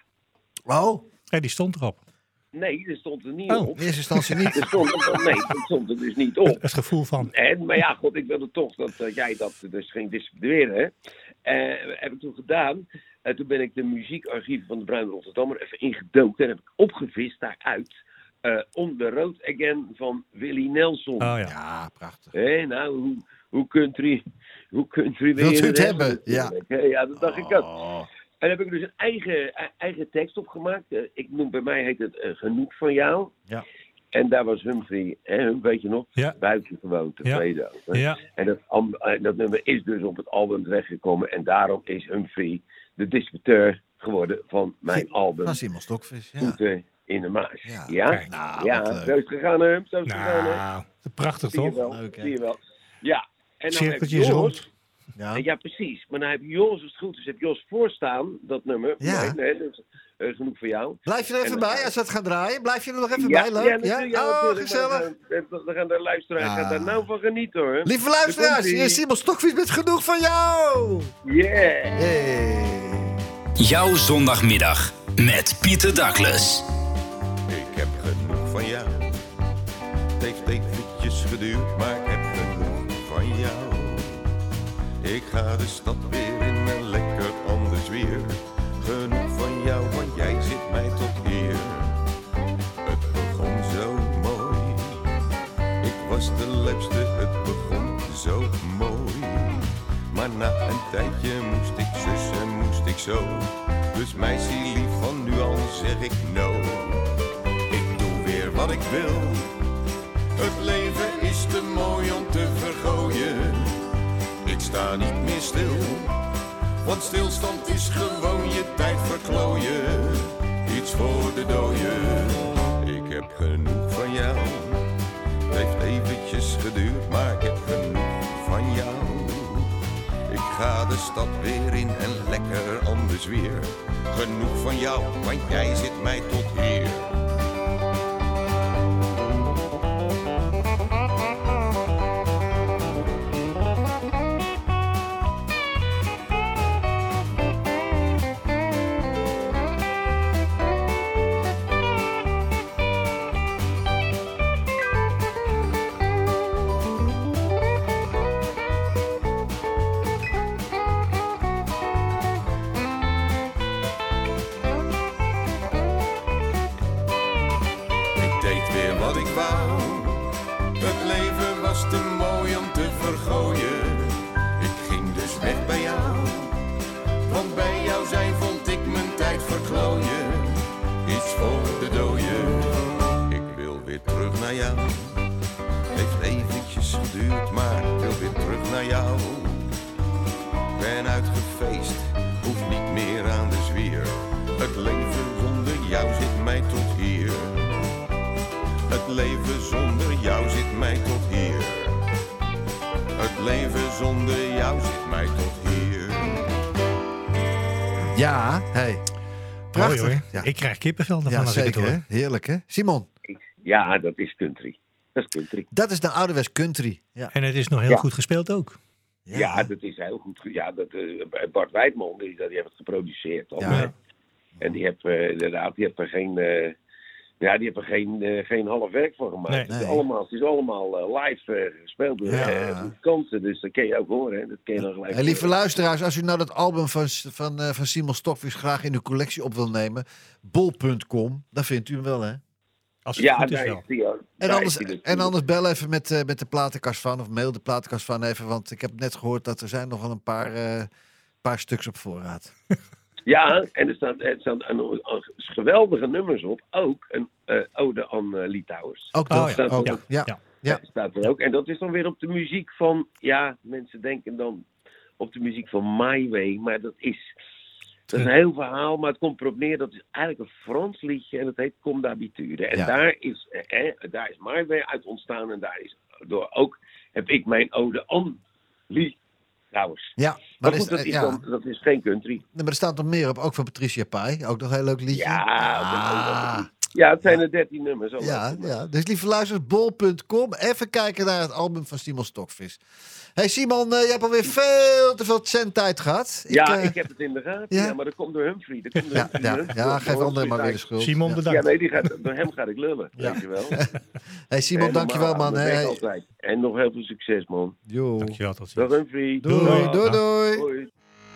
Oh, Ja, die stond erop. Nee, dat stond er niet Oh. op. in eerste instantie niet. Er stond, er- nee, dat stond er dus niet op. Het gevoel van. En, maar ja, god, ik wilde toch dat eh, jij dat dus ging distribueren. Eh heb ik toen gedaan. En toen ben ik de muziekarchieven van de Bruine Rotterdammer even ingedoken. En heb ik opgevist daaruit. eh On the Road Again van Willie Nelson. Oh ja. Ja, prachtig. Hé, nou, hoe, hoe country, hoe country wil Wilt je u het het hebben? Ja. natuurlijk, hè? Ja, dat dacht ik ook. Oh. En daar heb ik dus een eigen, e- eigen tekst op gemaakt. Eh, ik noem, bij mij heet het eh, Genoeg van jou. Ja. En daar was Humphrey, hè, Hump, weet je nog? Ja. Buitengewoon tevreden over. Ja. En dat, am- eh, dat nummer is dus op het album terechtgekomen. En daarom is Humphrey de distributeur geworden van mijn album Van Simon Stokvis. Ja. Voeten in de Maas. Ja, Ja, kijk, nou, ja, wat leuk. zo is het gegaan, Hump. Zo is het gegaan, hè. Nou, prachtig Zie je toch? wel, Leuk, hè? zie je wel. Ja. En dan heb Cirkeltje is Jos, rond. Ja. ja, precies. Maar dan heb Jos, als het goed is, heb Jos voorstaan, dat nummer. Ja. Nee, nee, dat is eh, genoeg voor jou. Blijf je er even En- bij als we het gaan draaien? Blijf je er nog even ja, bij? Leuk? Ja, Ja? natuurlijk, ja, Oh, natuurlijk. gezellig. Dan gaan, dan gaan de luisteraars Ja. gaan daar nou van genieten, hoor. Lieve luisteraars, Daar komt-ie. hier is Simon Stokvis met genoeg van jou. Yeah! Hey. Jouw zondagmiddag met Pieter Douglas. Ik heb genoeg van jou. Het heeft eventjes geduurd, maar ik heb genoeg van jou. Ik ga de stad weer in een lekker anders weer. Genoeg van jou, want jij zit mij tot hier. Het begon zo mooi. Ik was de leukste, het begon zo mooi. Maar na een tijdje moest ik zus en moest ik zo. Dus meisje lief, van nu al zeg ik no. Ik doe weer wat ik wil. Het leven is te mooi om te vergooien. Ik sta niet meer stil, want stilstand is gewoon je tijd verklooien. Iets voor de dooien. Ik heb genoeg van jou. Het heeft eventjes geduurd, maar ik heb genoeg van jou. Ik ga de stad weer in en lekker anders weer. Genoeg van jou, want jij zit mij tot hier. wou. Het leven was te mooi om te vergooien. Ik ging dus weg bij jou. Want bij jou zijn vond ik mijn tijd verklooien. Iets voor de dooien. Ik wil weer terug naar jou. Heeft eventjes geduurd, maar ik wil weer terug naar jou. Ben uitgefeest, hoef niet meer aan de zwier. Het leven zonder jou zit mij tot hier. Het leven zonder jou zit mij tot hier. Het leven zonder jou zit mij tot hier. Ja, hey. Prachtig. Mooi, hoor. Ja. Ik krijg kippenvel daarvan Ja, als ik het zeker. hoor. Hè? Heerlijk, hè? Simon, Ja, dat is country. Dat is country. dat is de ouderwets country. Ja. En het is nog heel Ja. goed gespeeld ook. Ja. Ja, dat is heel goed. ge- Ja, dat, eh, Bart Wijdman, die, die heeft het geproduceerd. Al, Ja. hè. En die heeft eh, inderdaad, die heeft er geen, eh, ja, die heeft er geen, eh, geen half werk van gemaakt. Nee. Het is Nee. allemaal, het is allemaal eh, live eh, gespeeld door Ja. eh, muzikanten. Dus dat kun je ook horen. Hè. Dat kun je dan gelijk Hey, lieve horen. luisteraars, als u nou dat album van, van, eh, van Simon Stokvis graag in uw collectie op wil nemen, bol punt com, dan vindt u hem wel, hè? Als het Ja, goed is daar wel. is die ook. En Daar anders, is die dus. en anders bel even met, eh, met de platenkast van, of mail de platenkast van even, want ik heb net gehoord dat er zijn nog wel een paar, eh, paar stuks op voorraad. Ja, en er staan, er staan een, een geweldige nummers op. Ook een eh, ode aan uh, Litouwers. Ook Oh, toch? ja. Ook, Ja. ja. Ja. Ja. Staat er ook. En dat is dan weer op de muziek van... Ja, mensen denken dan op de muziek van My Way. Maar dat is... Dat is een heel verhaal, maar het komt erop neer. Dat is eigenlijk een Frans liedje en het heet Comme d'habitude. En Ja. daar, is, eh, eh, daar is My Way uit ontstaan. En daar is door ook heb ik mijn ode aan Litouwers. Ja, Maar maar, goed, is, dat eh, is, ja. dan, dat is geen country. Nee, maar er staat nog meer op, ook van Patricia Pai. Ook nog een heel leuk liedje. Ja, Ah. dat- Ja, het zijn er dertien nummers. allemaal. Ja, ja, dus lieve luisteraars, bol punt com. Even kijken naar het album van Simon Stokvis. Hey Simon, uh, je hebt alweer veel te veel zendtijd gehad. Ja, eh, ik heb het in de gaten. ja? Ja, maar dat komt door Humphrey. Dat komt door ja, Humphrey. ja, Humphrey. ja, geef Door anderen maar weer de Humphrey. schuld. Simon, Ja. bedankt. Ja, nee, die gaat, door hem ga ik lullen. Ja. Weet je wel. Hey Simon, En dankjewel normaal, man. dat ben ik Hey. altijd. En nog heel veel succes, man. Jo. Dankjewel, tot Dag ziens. Humphrey. Doei, Doei. doei, doei. Doei.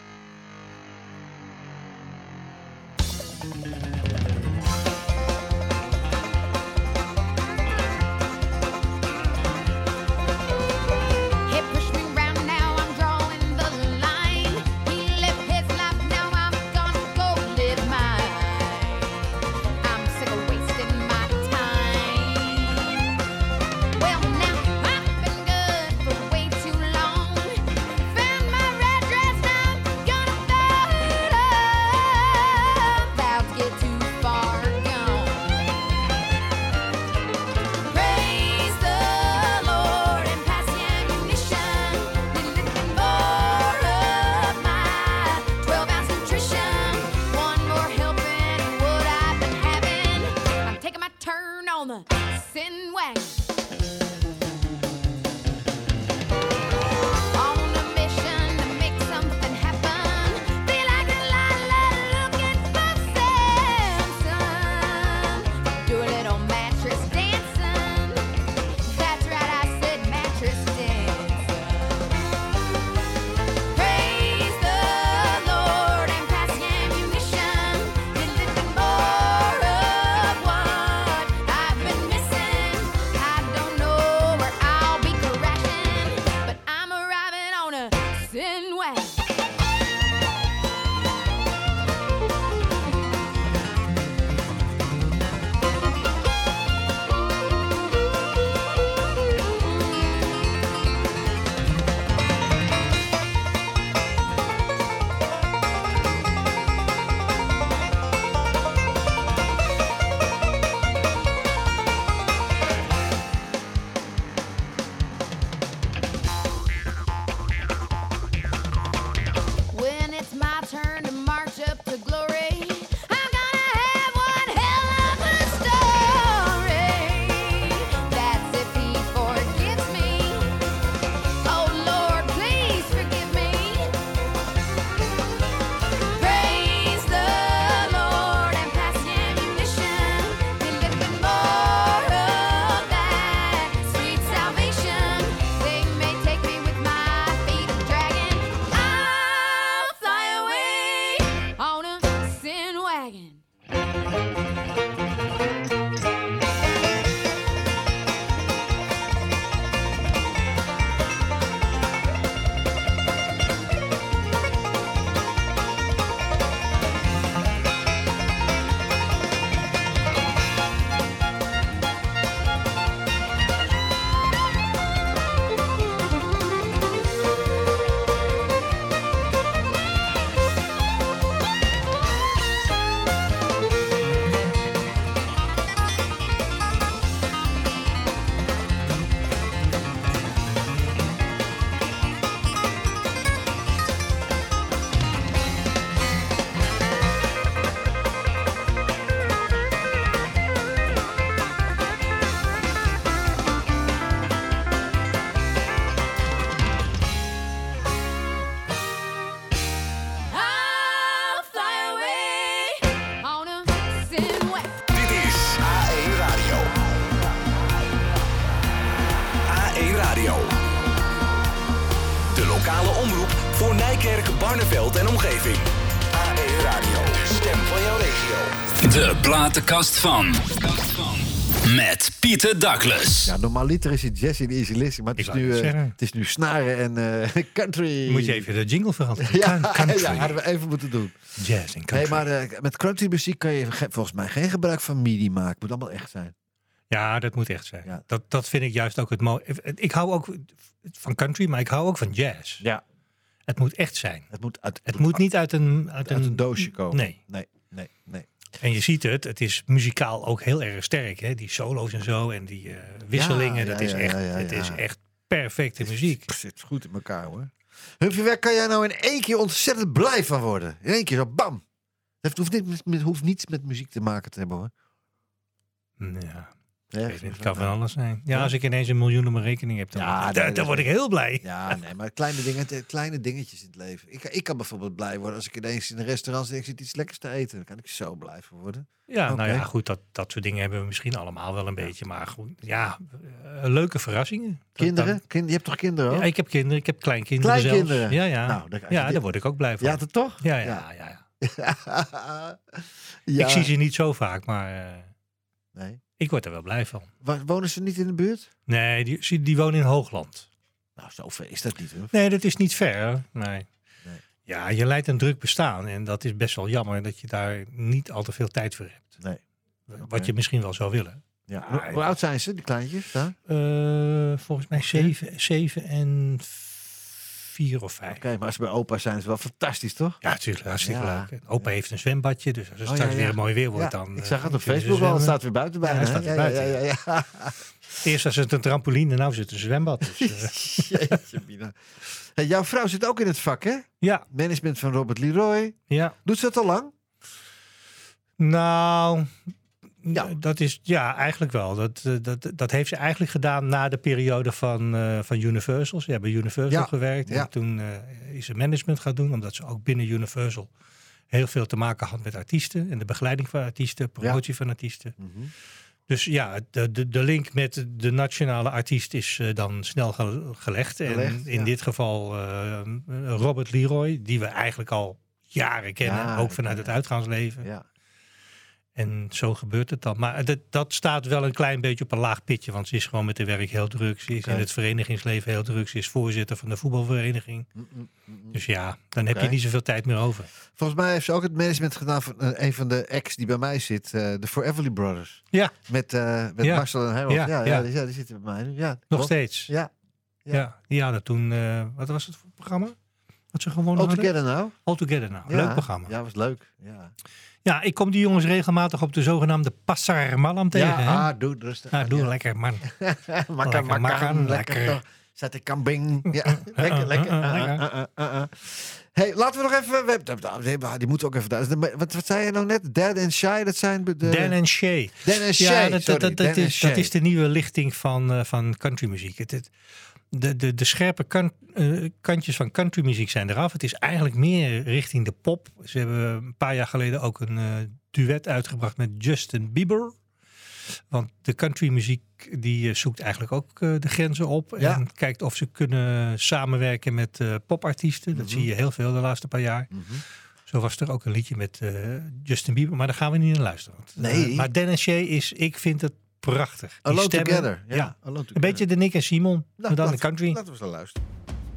He pushed me round, now I'm drawing the line. He lived his life, now I'm gonna go live mine. I'm sick of wasting my time. Well, now I've been good for way too long. Found my red dress, I'm gonna throw it up. About to get too far gone. Praise the Lord and pass the ammunition. Been looking more of my twelve ounce nutrition. One more helping of what I've been having. I'm taking my turn on the sin wagon. On a mission to make something happen. Feel like a Lila looking for Samson. Do a little mattress dancing. That's right, I said mattress dancing. Praise the Lord and pass the ammunition. Been looking more of what I've been missing. I've Voor Nijkerk, Barneveld en omgeving. A E Radio, stem van jouw regio. De platenkast van... Met Pieter Douglas. Ja, normaliter is het jazz in Easy Listening, maar het is, nu, uh, het is nu snaren en uh, country. Moet je even de jingle veranderen. Ja, country. ja, hadden we even moeten doen. Jazz en country. Nee, maar uh, met country muziek kan je ge- volgens mij geen gebruik van midi maken. Het moet allemaal echt zijn. Ja, dat moet echt zijn. Ja. Dat, dat vind ik juist ook het mooie. Ik hou ook van country, maar ik hou ook van jazz. Ja. Het moet echt zijn. Het moet, uit, het moet niet uit een, uit uit een, een doosje komen. Nee. Nee, nee, nee. En je ziet het, het is muzikaal ook heel erg sterk. Hè? Die solo's en zo en die uh, wisselingen. Ja, ja, dat is ja, echt, ja, ja, het ja. is echt perfecte muziek. Het zit goed in elkaar, hoor. Humphrey, waar kan jij nou in één keer ontzettend blij van worden? In één keer zo, bam! Het hoeft, niet met, hoeft niets met muziek te maken te hebben, hoor. Ja. Ja, weet niet, het kan van alles zijn. Ja, als ik ineens een miljoen op mijn rekening heb, dan, Ja, dan, nee, dan word ik heel blij. Ja, nee, maar kleine, dingen, kleine dingetjes in het leven. Ik, ik kan bijvoorbeeld blij worden als ik ineens in een restaurant zit, ik zit iets lekkers te eten. Dan kan ik zo blij van worden. Ja, Okay. nou ja, goed, dat, dat soort dingen hebben we misschien allemaal wel een beetje. Maar goed, ja, uh, leuke verrassingen. Dat, Kinderen? dat, kind, je hebt toch kinderen ook? Ja, ik heb kinderen, ik heb kleinkinderen Kleinkinderen? zelfs. Ja, ja. Nou, dan, ja dit... daar word ik ook blij van. Ja, dat toch? Ja, ja, ja. ja, ja. ja. Ik zie ze niet zo vaak, maar uh, nee. ik word er wel blij van. Waar, wonen ze niet in de buurt? Nee, die, die wonen in Hoogland. Nou, zo ver is dat niet, hoor. Nee, dat is niet ver. Nee. Nee. Ja, je leidt een druk bestaan en dat is best wel jammer dat je daar niet al te veel tijd voor hebt. Nee. Wat Okay. je misschien wel zou willen. Ja. Hoe, hoe oud zijn ze, die kleintjes? Daar? Uh, volgens mij zeven, zeven en vier of vijf. Oké, okay, maar als ze bij opa zijn, is het wel fantastisch, toch? Ja, natuurlijk. Hartstikke Ja. leuk. Opa heeft een zwembadje, dus als het Oh, straks ja, ja. weer mooi weer wordt, Ja, dan... ik zag het uh, op kunnen ze Facebook al, het zwemmen. staat weer buiten bijna. Ja, het staat hè? weer buiten. Ja, ja, ja, ja. Eerst was het een trampoline, nou zit het een zwembad. Dus, uh. Jeetje, Mina. Hey, jouw vrouw zit ook in het vak, hè? Ja. Management van Robert Leroy. Ja. Doet ze dat al lang? Nou, ja. dat is ja eigenlijk wel. Dat, dat, dat heeft ze eigenlijk gedaan na de periode van, uh, van Universal. Ze hebben Universal ja. gewerkt. Ja. En toen uh, is ze management gaan doen, omdat ze ook binnen Universal heel veel te maken had met artiesten. En de begeleiding van artiesten, promotie ja. van artiesten. Mm-hmm. Dus ja, de, de, de link met de nationale artiest is uh, dan snel ge- gelegd. En gelegd, in ja. dit geval uh, Robert Leroy, die we eigenlijk al jaren kennen. Ja, ook vanuit ja. het uitgaansleven. Ja. En zo gebeurt het dan. Maar dat, dat staat wel een klein beetje op een laag pitje. Want ze is gewoon met de werk heel druk. Ze is okay. in het verenigingsleven heel druk. Ze is voorzitter van de voetbalvereniging. Mm, mm, mm. Dus ja, dan okay. heb je niet zoveel tijd meer over. Volgens mij heeft ze ook het management gedaan van uh, een van de ex die bij mij zit. Uh, de Foreverly Brothers. Ja. Met, uh, met ja. Marcel en Harold. Ja, ja, ja. ja, die, ja die zitten bij mij. Ja, nog klopt. steeds? Ja. Ja, ja. Die hadden toen... Uh, wat was het voor programma? Wat ze gewoon All Together Now. All Together Now. Ja. Leuk programma. Ja, was leuk. Ja. Ja, ik kom die jongens regelmatig op de zogenaamde Passar Malam tegen. Ja, hè? ah, doe rustig. Ah, doe ja. lekker, man. Makker, makker, makker. Lekker. Zet ik kambing. Ja, lekker, lekker. Uh, uh, uh, uh, uh. Hey, laten we nog even... We, die moeten ook even... Wat, wat zei je nou net? Dan en Shay, dat zijn... De, Dan en Shay. Dan en Shay, ja, dat, sorry, dat, dat, dat, is, dat is de nieuwe lichting van, uh, van countrymuziek. Het, het, de, de, de scherpe kan, uh, kantjes van countrymuziek zijn eraf. Het is eigenlijk meer richting de pop. Ze hebben een paar jaar geleden ook een uh, duet uitgebracht met Justin Bieber. Want de countrymuziek die uh, zoekt eigenlijk ook uh, de grenzen op. Ja. En kijkt of ze kunnen samenwerken met uh, popartiesten. Dat mm-hmm. zie je heel veel de laatste paar jaar. Mm-hmm. Zo was er ook een liedje met uh, Justin Bieber. Maar daar gaan we niet naar luisteren. Want, nee. Uh, maar Dan en Shay is, ik vind het prachtig. Alone stemmen, Together. Ja, ja. Alone together. Een beetje de Nick en Simon. Nou, maar dan laten, de country. Laten we zo luisteren.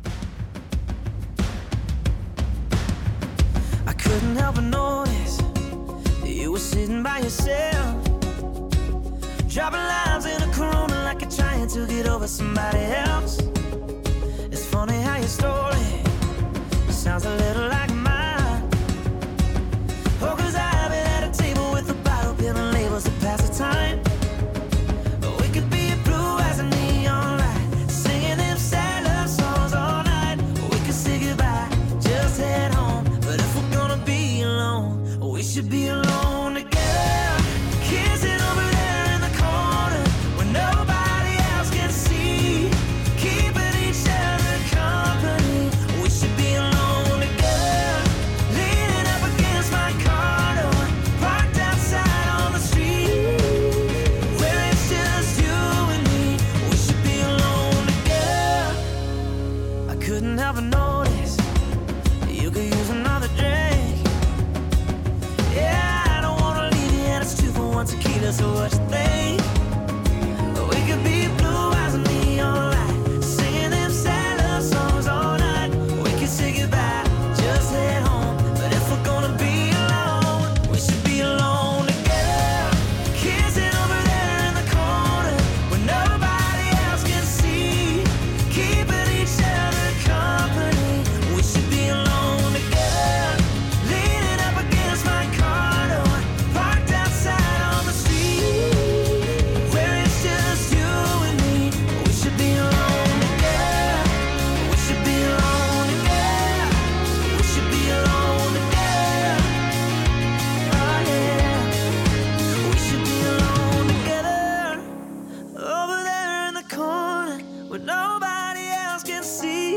I couldn't help but notice that you were sitting by yourself, dropping lines in a Corona like you're trying to get over somebody else. It's funny how your story sounds a little like mine. Oh, cause I've been at a table with a bottle, peeling labels to pass the time. We could be blue as a neon light, singing them sad love songs all night. We could say goodbye, just head home. But if we're gonna be alone, we should be alone together, kissing over there in the corner where nobody else can see, keeping each other company. We should be alone together. together, so what you think? We could be blue as a neon light, singing them sad love songs all night. We could say goodbye, just head home. But if we're gonna be alone, we should be alone together, kissing over there in the corner where nobody else can see, keeping each other company. We should be alone together, leaning up against my car door, parked outside on the street, where it's just you and me. We should be alone together, we should be alone together, we should be alone together. Oh yeah, we should be alone together, over there in the corner where nobody else can see.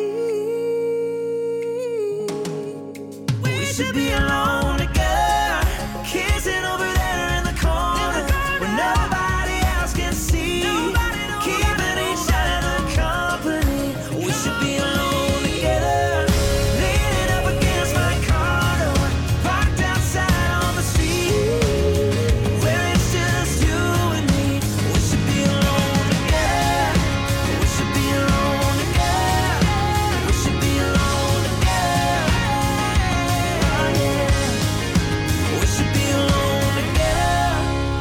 We should be alone together, kissing over there in the corner where nobody else can see, keeping each other company. We should be alone together, leaning up against my car door, parked outside on the street, where it's just you and me. We should be alone together, we should be alone together, we should be alone together. Oh yeah, we should be alone together.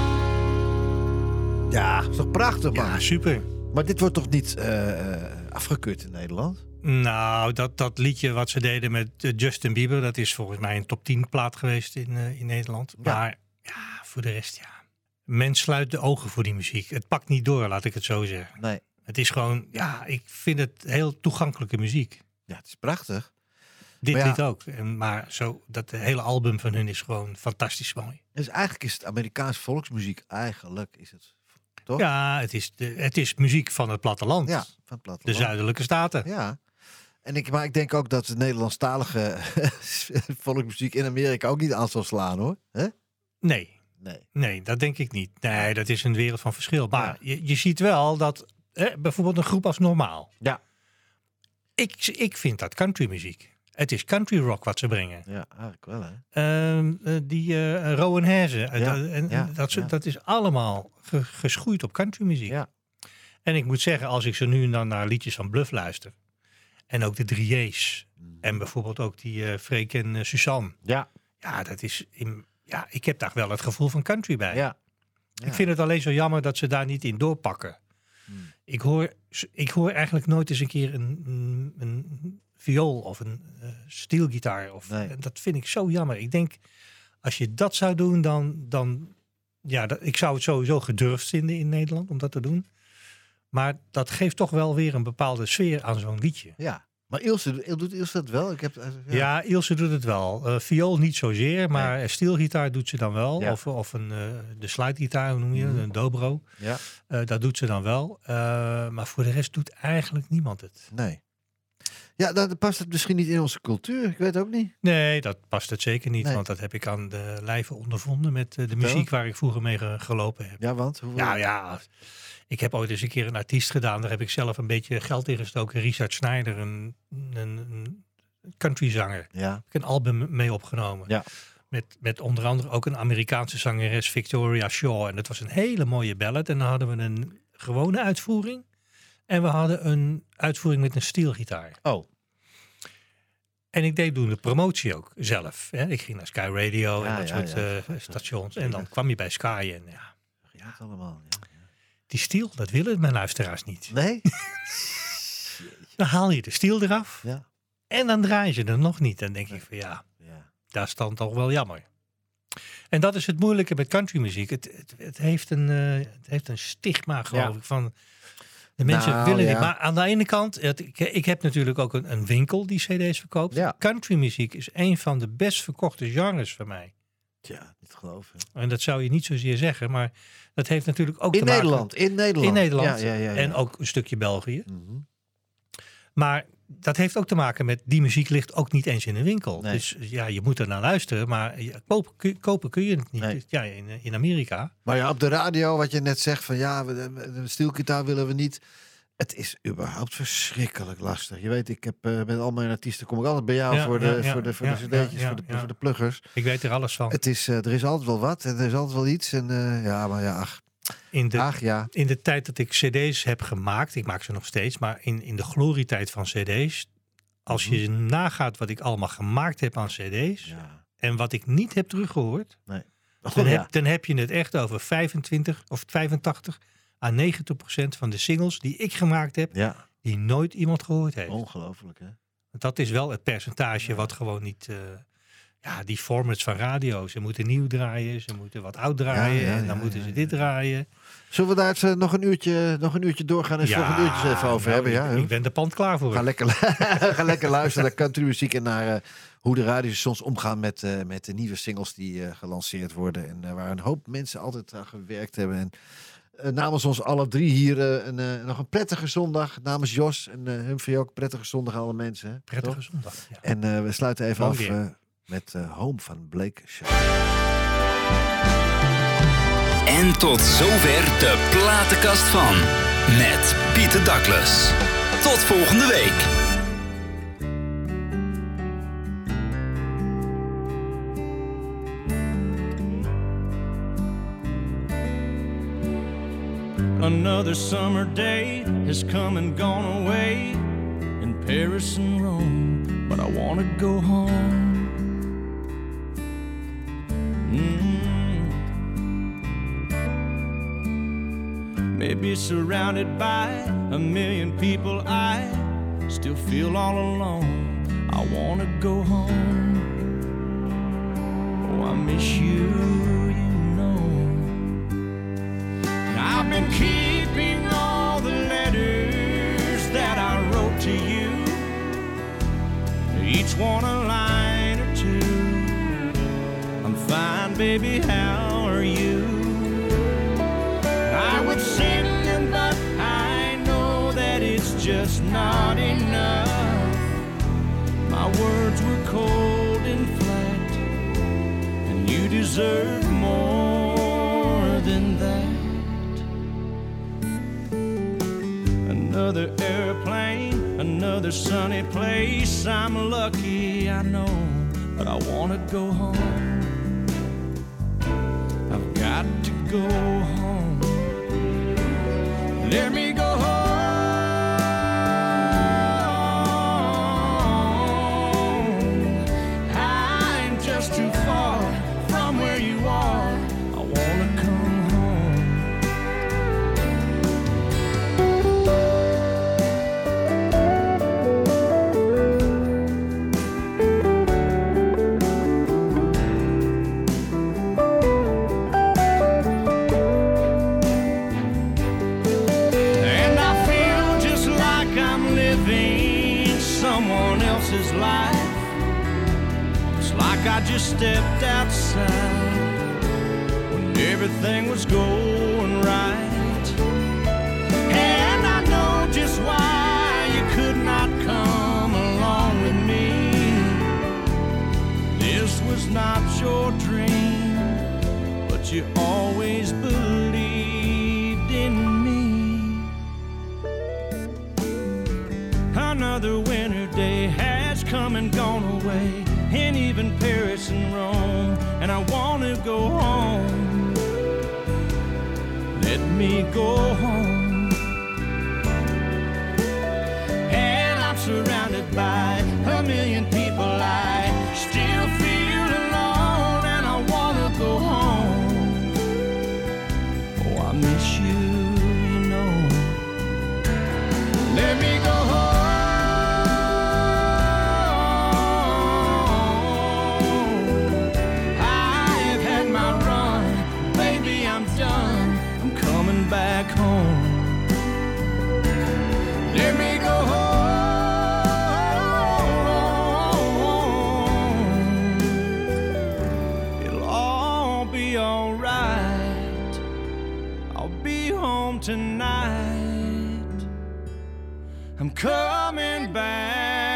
Ja, is toch prachtig, man. Ja, super. Maar dit wordt toch niet eh, afgekeurd in Nederland? Nou, dat, dat liedje wat ze deden met eh, Justin Bieber, dat is volgens mij een top tien plaat geweest in, eh, in Nederland. Ja. Maar ja, voor de rest, ja. Men sluit de ogen voor die muziek. Het pakt niet door, laat ik het zo zeggen. Nee. Het is gewoon, ja, ik vind het heel toegankelijke muziek. Ja, het is prachtig. Dit Maar ja. lied ook. En, maar zo, dat hele album van hun is gewoon fantastisch mooi. Dus eigenlijk is het Amerikaans volksmuziek. Eigenlijk is het. Toch? Ja, het is, de, het is muziek van het platteland. Ja, van het De platteland. zuidelijke staten. Ja. En ik, maar ik denk ook dat de Nederlandstalige volksmuziek in Amerika ook niet aan zal slaan, hoor. Hè? Nee, Nee. nee, dat denk ik niet. Nee, dat is een wereld van verschil. Maar Ja. je, je ziet wel dat eh, bijvoorbeeld een groep als Normaal. Ja. Ik, ik vind dat countrymuziek. Het is country rock wat ze brengen. Ja, eigenlijk wel, hè. Ehm, eh, die eh Rowan Herzen. eh, Ja, dat, en, ja, dat, soort- ja. dat is allemaal ge- geschoeid op countrymuziek. Ja. En ik moet zeggen, als ik zo nu en dan naar liedjes van Bluff luister. En ook de Drieërs. En bijvoorbeeld ook die eh Freek en eh, Suzanne. Ja. Ja, dat is in, ja, ik heb daar wel het gevoel van country bij. Ja. Ik vind het alleen zo jammer dat ze daar niet in doorpakken. Hmm. Ik, hoor, ik hoor eigenlijk nooit eens een keer een, een, een viool of een uh, steelgitaar. Of, Nee. en dat vind ik zo jammer. Ik denk, als je dat zou doen, dan... dan ja, dat, ik zou het sowieso gedurfd vinden in Nederland om dat te doen. Maar dat geeft toch wel weer een bepaalde sfeer aan zo'n liedje. Ja. Maar Ilse, Il- doet Ilse dat wel? Ik heb, eh, ja. Ja, Ilse doet het wel. Uh, viool niet zozeer, maar nee. steelgitaar doet ze dan wel. Ja. Of, of een, uh, de slidegitaar, hoe noem je dat? Mhm. Een dobro. Ja. Uh, dat doet ze dan wel. Uh, maar voor de rest doet eigenlijk niemand het. Nee. Ja, dan past het misschien niet in onze cultuur. Ik weet ook niet. Nee, dat past het zeker niet. Nee. Want dat heb ik aan de lijve ondervonden met uh, de Vertel. muziek waar ik vroeger mee ge- gelopen heb. Ja, want? Hoe Nou ja, ik heb ooit eens een keer een artiest gedaan. Daar heb ik zelf een beetje geld in gestoken. Richard Schneider, een, een, een countryzanger. Ja. Heb ik een album mee opgenomen. Ja. Met, met onder andere ook een Amerikaanse zangeres, Victoria Shaw. En dat was een hele mooie ballad. En dan hadden we een gewone uitvoering. En we hadden een uitvoering met een steelgitaar. Oh. En ik deed toen de promotie ook zelf. Hè. Ik ging naar Sky Radio Ja, en dat ja, soort ja. uh, stations. En dan kwam je bij Sky en ja. Ja, het allemaal. Ja. Die stiel, dat willen mijn luisteraars niet. Nee? Dan haal je de stiel eraf. Ja. En dan draai je er nog niet. Dan denk ik van ja, Ja. dat is dan toch wel jammer. En dat is het moeilijke met countrymuziek. Het, het, het, heeft een, uh, het heeft een stigma, geloof Ja. ik, van de mensen Nou, willen ja. niet. Maar aan de ene kant, het, ik, ik heb natuurlijk ook een, een winkel die cd's verkoopt. Ja. Countrymuziek is een van de best verkochte genres voor mij. Tja, niet geloven. En dat zou je niet zozeer zeggen, maar dat heeft natuurlijk ook In te maken- Nederland. In Nederland. In Nederland. Ja, ja, ja, ja. En ook een stukje België. Mhm. Maar dat heeft ook te maken met die muziek ligt ook niet eens in een winkel. Nee. Dus ja, je moet er naar luisteren, maar ja, kopen, kun, kopen kun je het niet. Nee. Dus ja, in, in Amerika. Maar ja, op de radio, wat je net zegt van ja, we- de, de steelgitaar willen we niet. Het is überhaupt verschrikkelijk lastig. Je weet, ik heb uh, met al mijn artiesten kom ik altijd bij jou Ja, voor de, ja, ja, voor de, voor ja, de cd'tjes, ja, ja, voor, de, ja. voor de pluggers. Ik weet er alles van. Het is, uh, er is altijd wel wat en er is altijd wel iets. En uh, ja, maar ja, ach. In de, ach, ja. in de tijd dat ik cd's heb gemaakt, ik maak ze nog steeds, maar in, in de glorietijd van cd's, als je mm-hmm. nagaat wat ik allemaal gemaakt heb aan cd's ja. en wat ik niet heb teruggehoord, nee. oh, dan, ja. heb, dan heb je het echt over vijfentwintig of vijfentachtig à negentig procent van de singles die ik gemaakt heb, ja. die nooit iemand gehoord heeft. Ongelooflijk, hè? Want dat is wel het percentage ja. wat gewoon niet... Uh, ja, die formats van radio. Ze moeten nieuw draaien, ze moeten wat oud draaien. Ja, ja, en dan ja, moeten ja, ze dit draaien. Zullen we daar uh, nog, een uurtje, nog een uurtje doorgaan en ja, volgende uurtjes even over nou, hebben? Ja, ik, ik ben de pand klaar voor. Ga lekker, ga lekker luisteren naar countrymuziek en naar uh, hoe de radiostations omgaan met, uh, met de nieuwe singles die uh, gelanceerd worden. En uh, waar een hoop mensen altijd aan gewerkt hebben. En uh, namens ons alle drie hier uh, een, uh, nog een prettige zondag. Namens Jos en uh, Humphrey ook prettige zondag alle mensen. Hè? Prettige toch? zondag, ja. En uh, we sluiten even Lang af uh, met uh, Home van Blake Shelton. En tot zover de platenkast van met Pieter Douglas. Tot volgende week. Another summer day has come and gone away in Paris and Rome, but I want to go home. Mm. Maybe surrounded by a million people, I still feel all alone. I want to go home. Oh, I miss you. I've been keeping all the letters that I wrote to you, each one a line or two. I'm fine, baby, how are you? I would send them, but I know that it's just not enough. My words were cold and flat, and you deserve more than that. Another airplane, another sunny place. I'm lucky, I know, but I wanna go home. I've got to go home. Let me go home. I'm just too far from where you are. I wanna come home. Life. It's like I just stepped outside when everything was going right, and I know just why you could not come along with me. This was not your dream, but you always believed in me. Another winter day has come and gone away, and even Paris and Rome, and I want to go home. Let me go home. And I'm surrounded by a million people. I still feel alone, and I want to go home. Oh, I miss you, you know. Let me go home. Back home. Let me go home. It'll all be alright. I'll be home tonight. I'm coming back.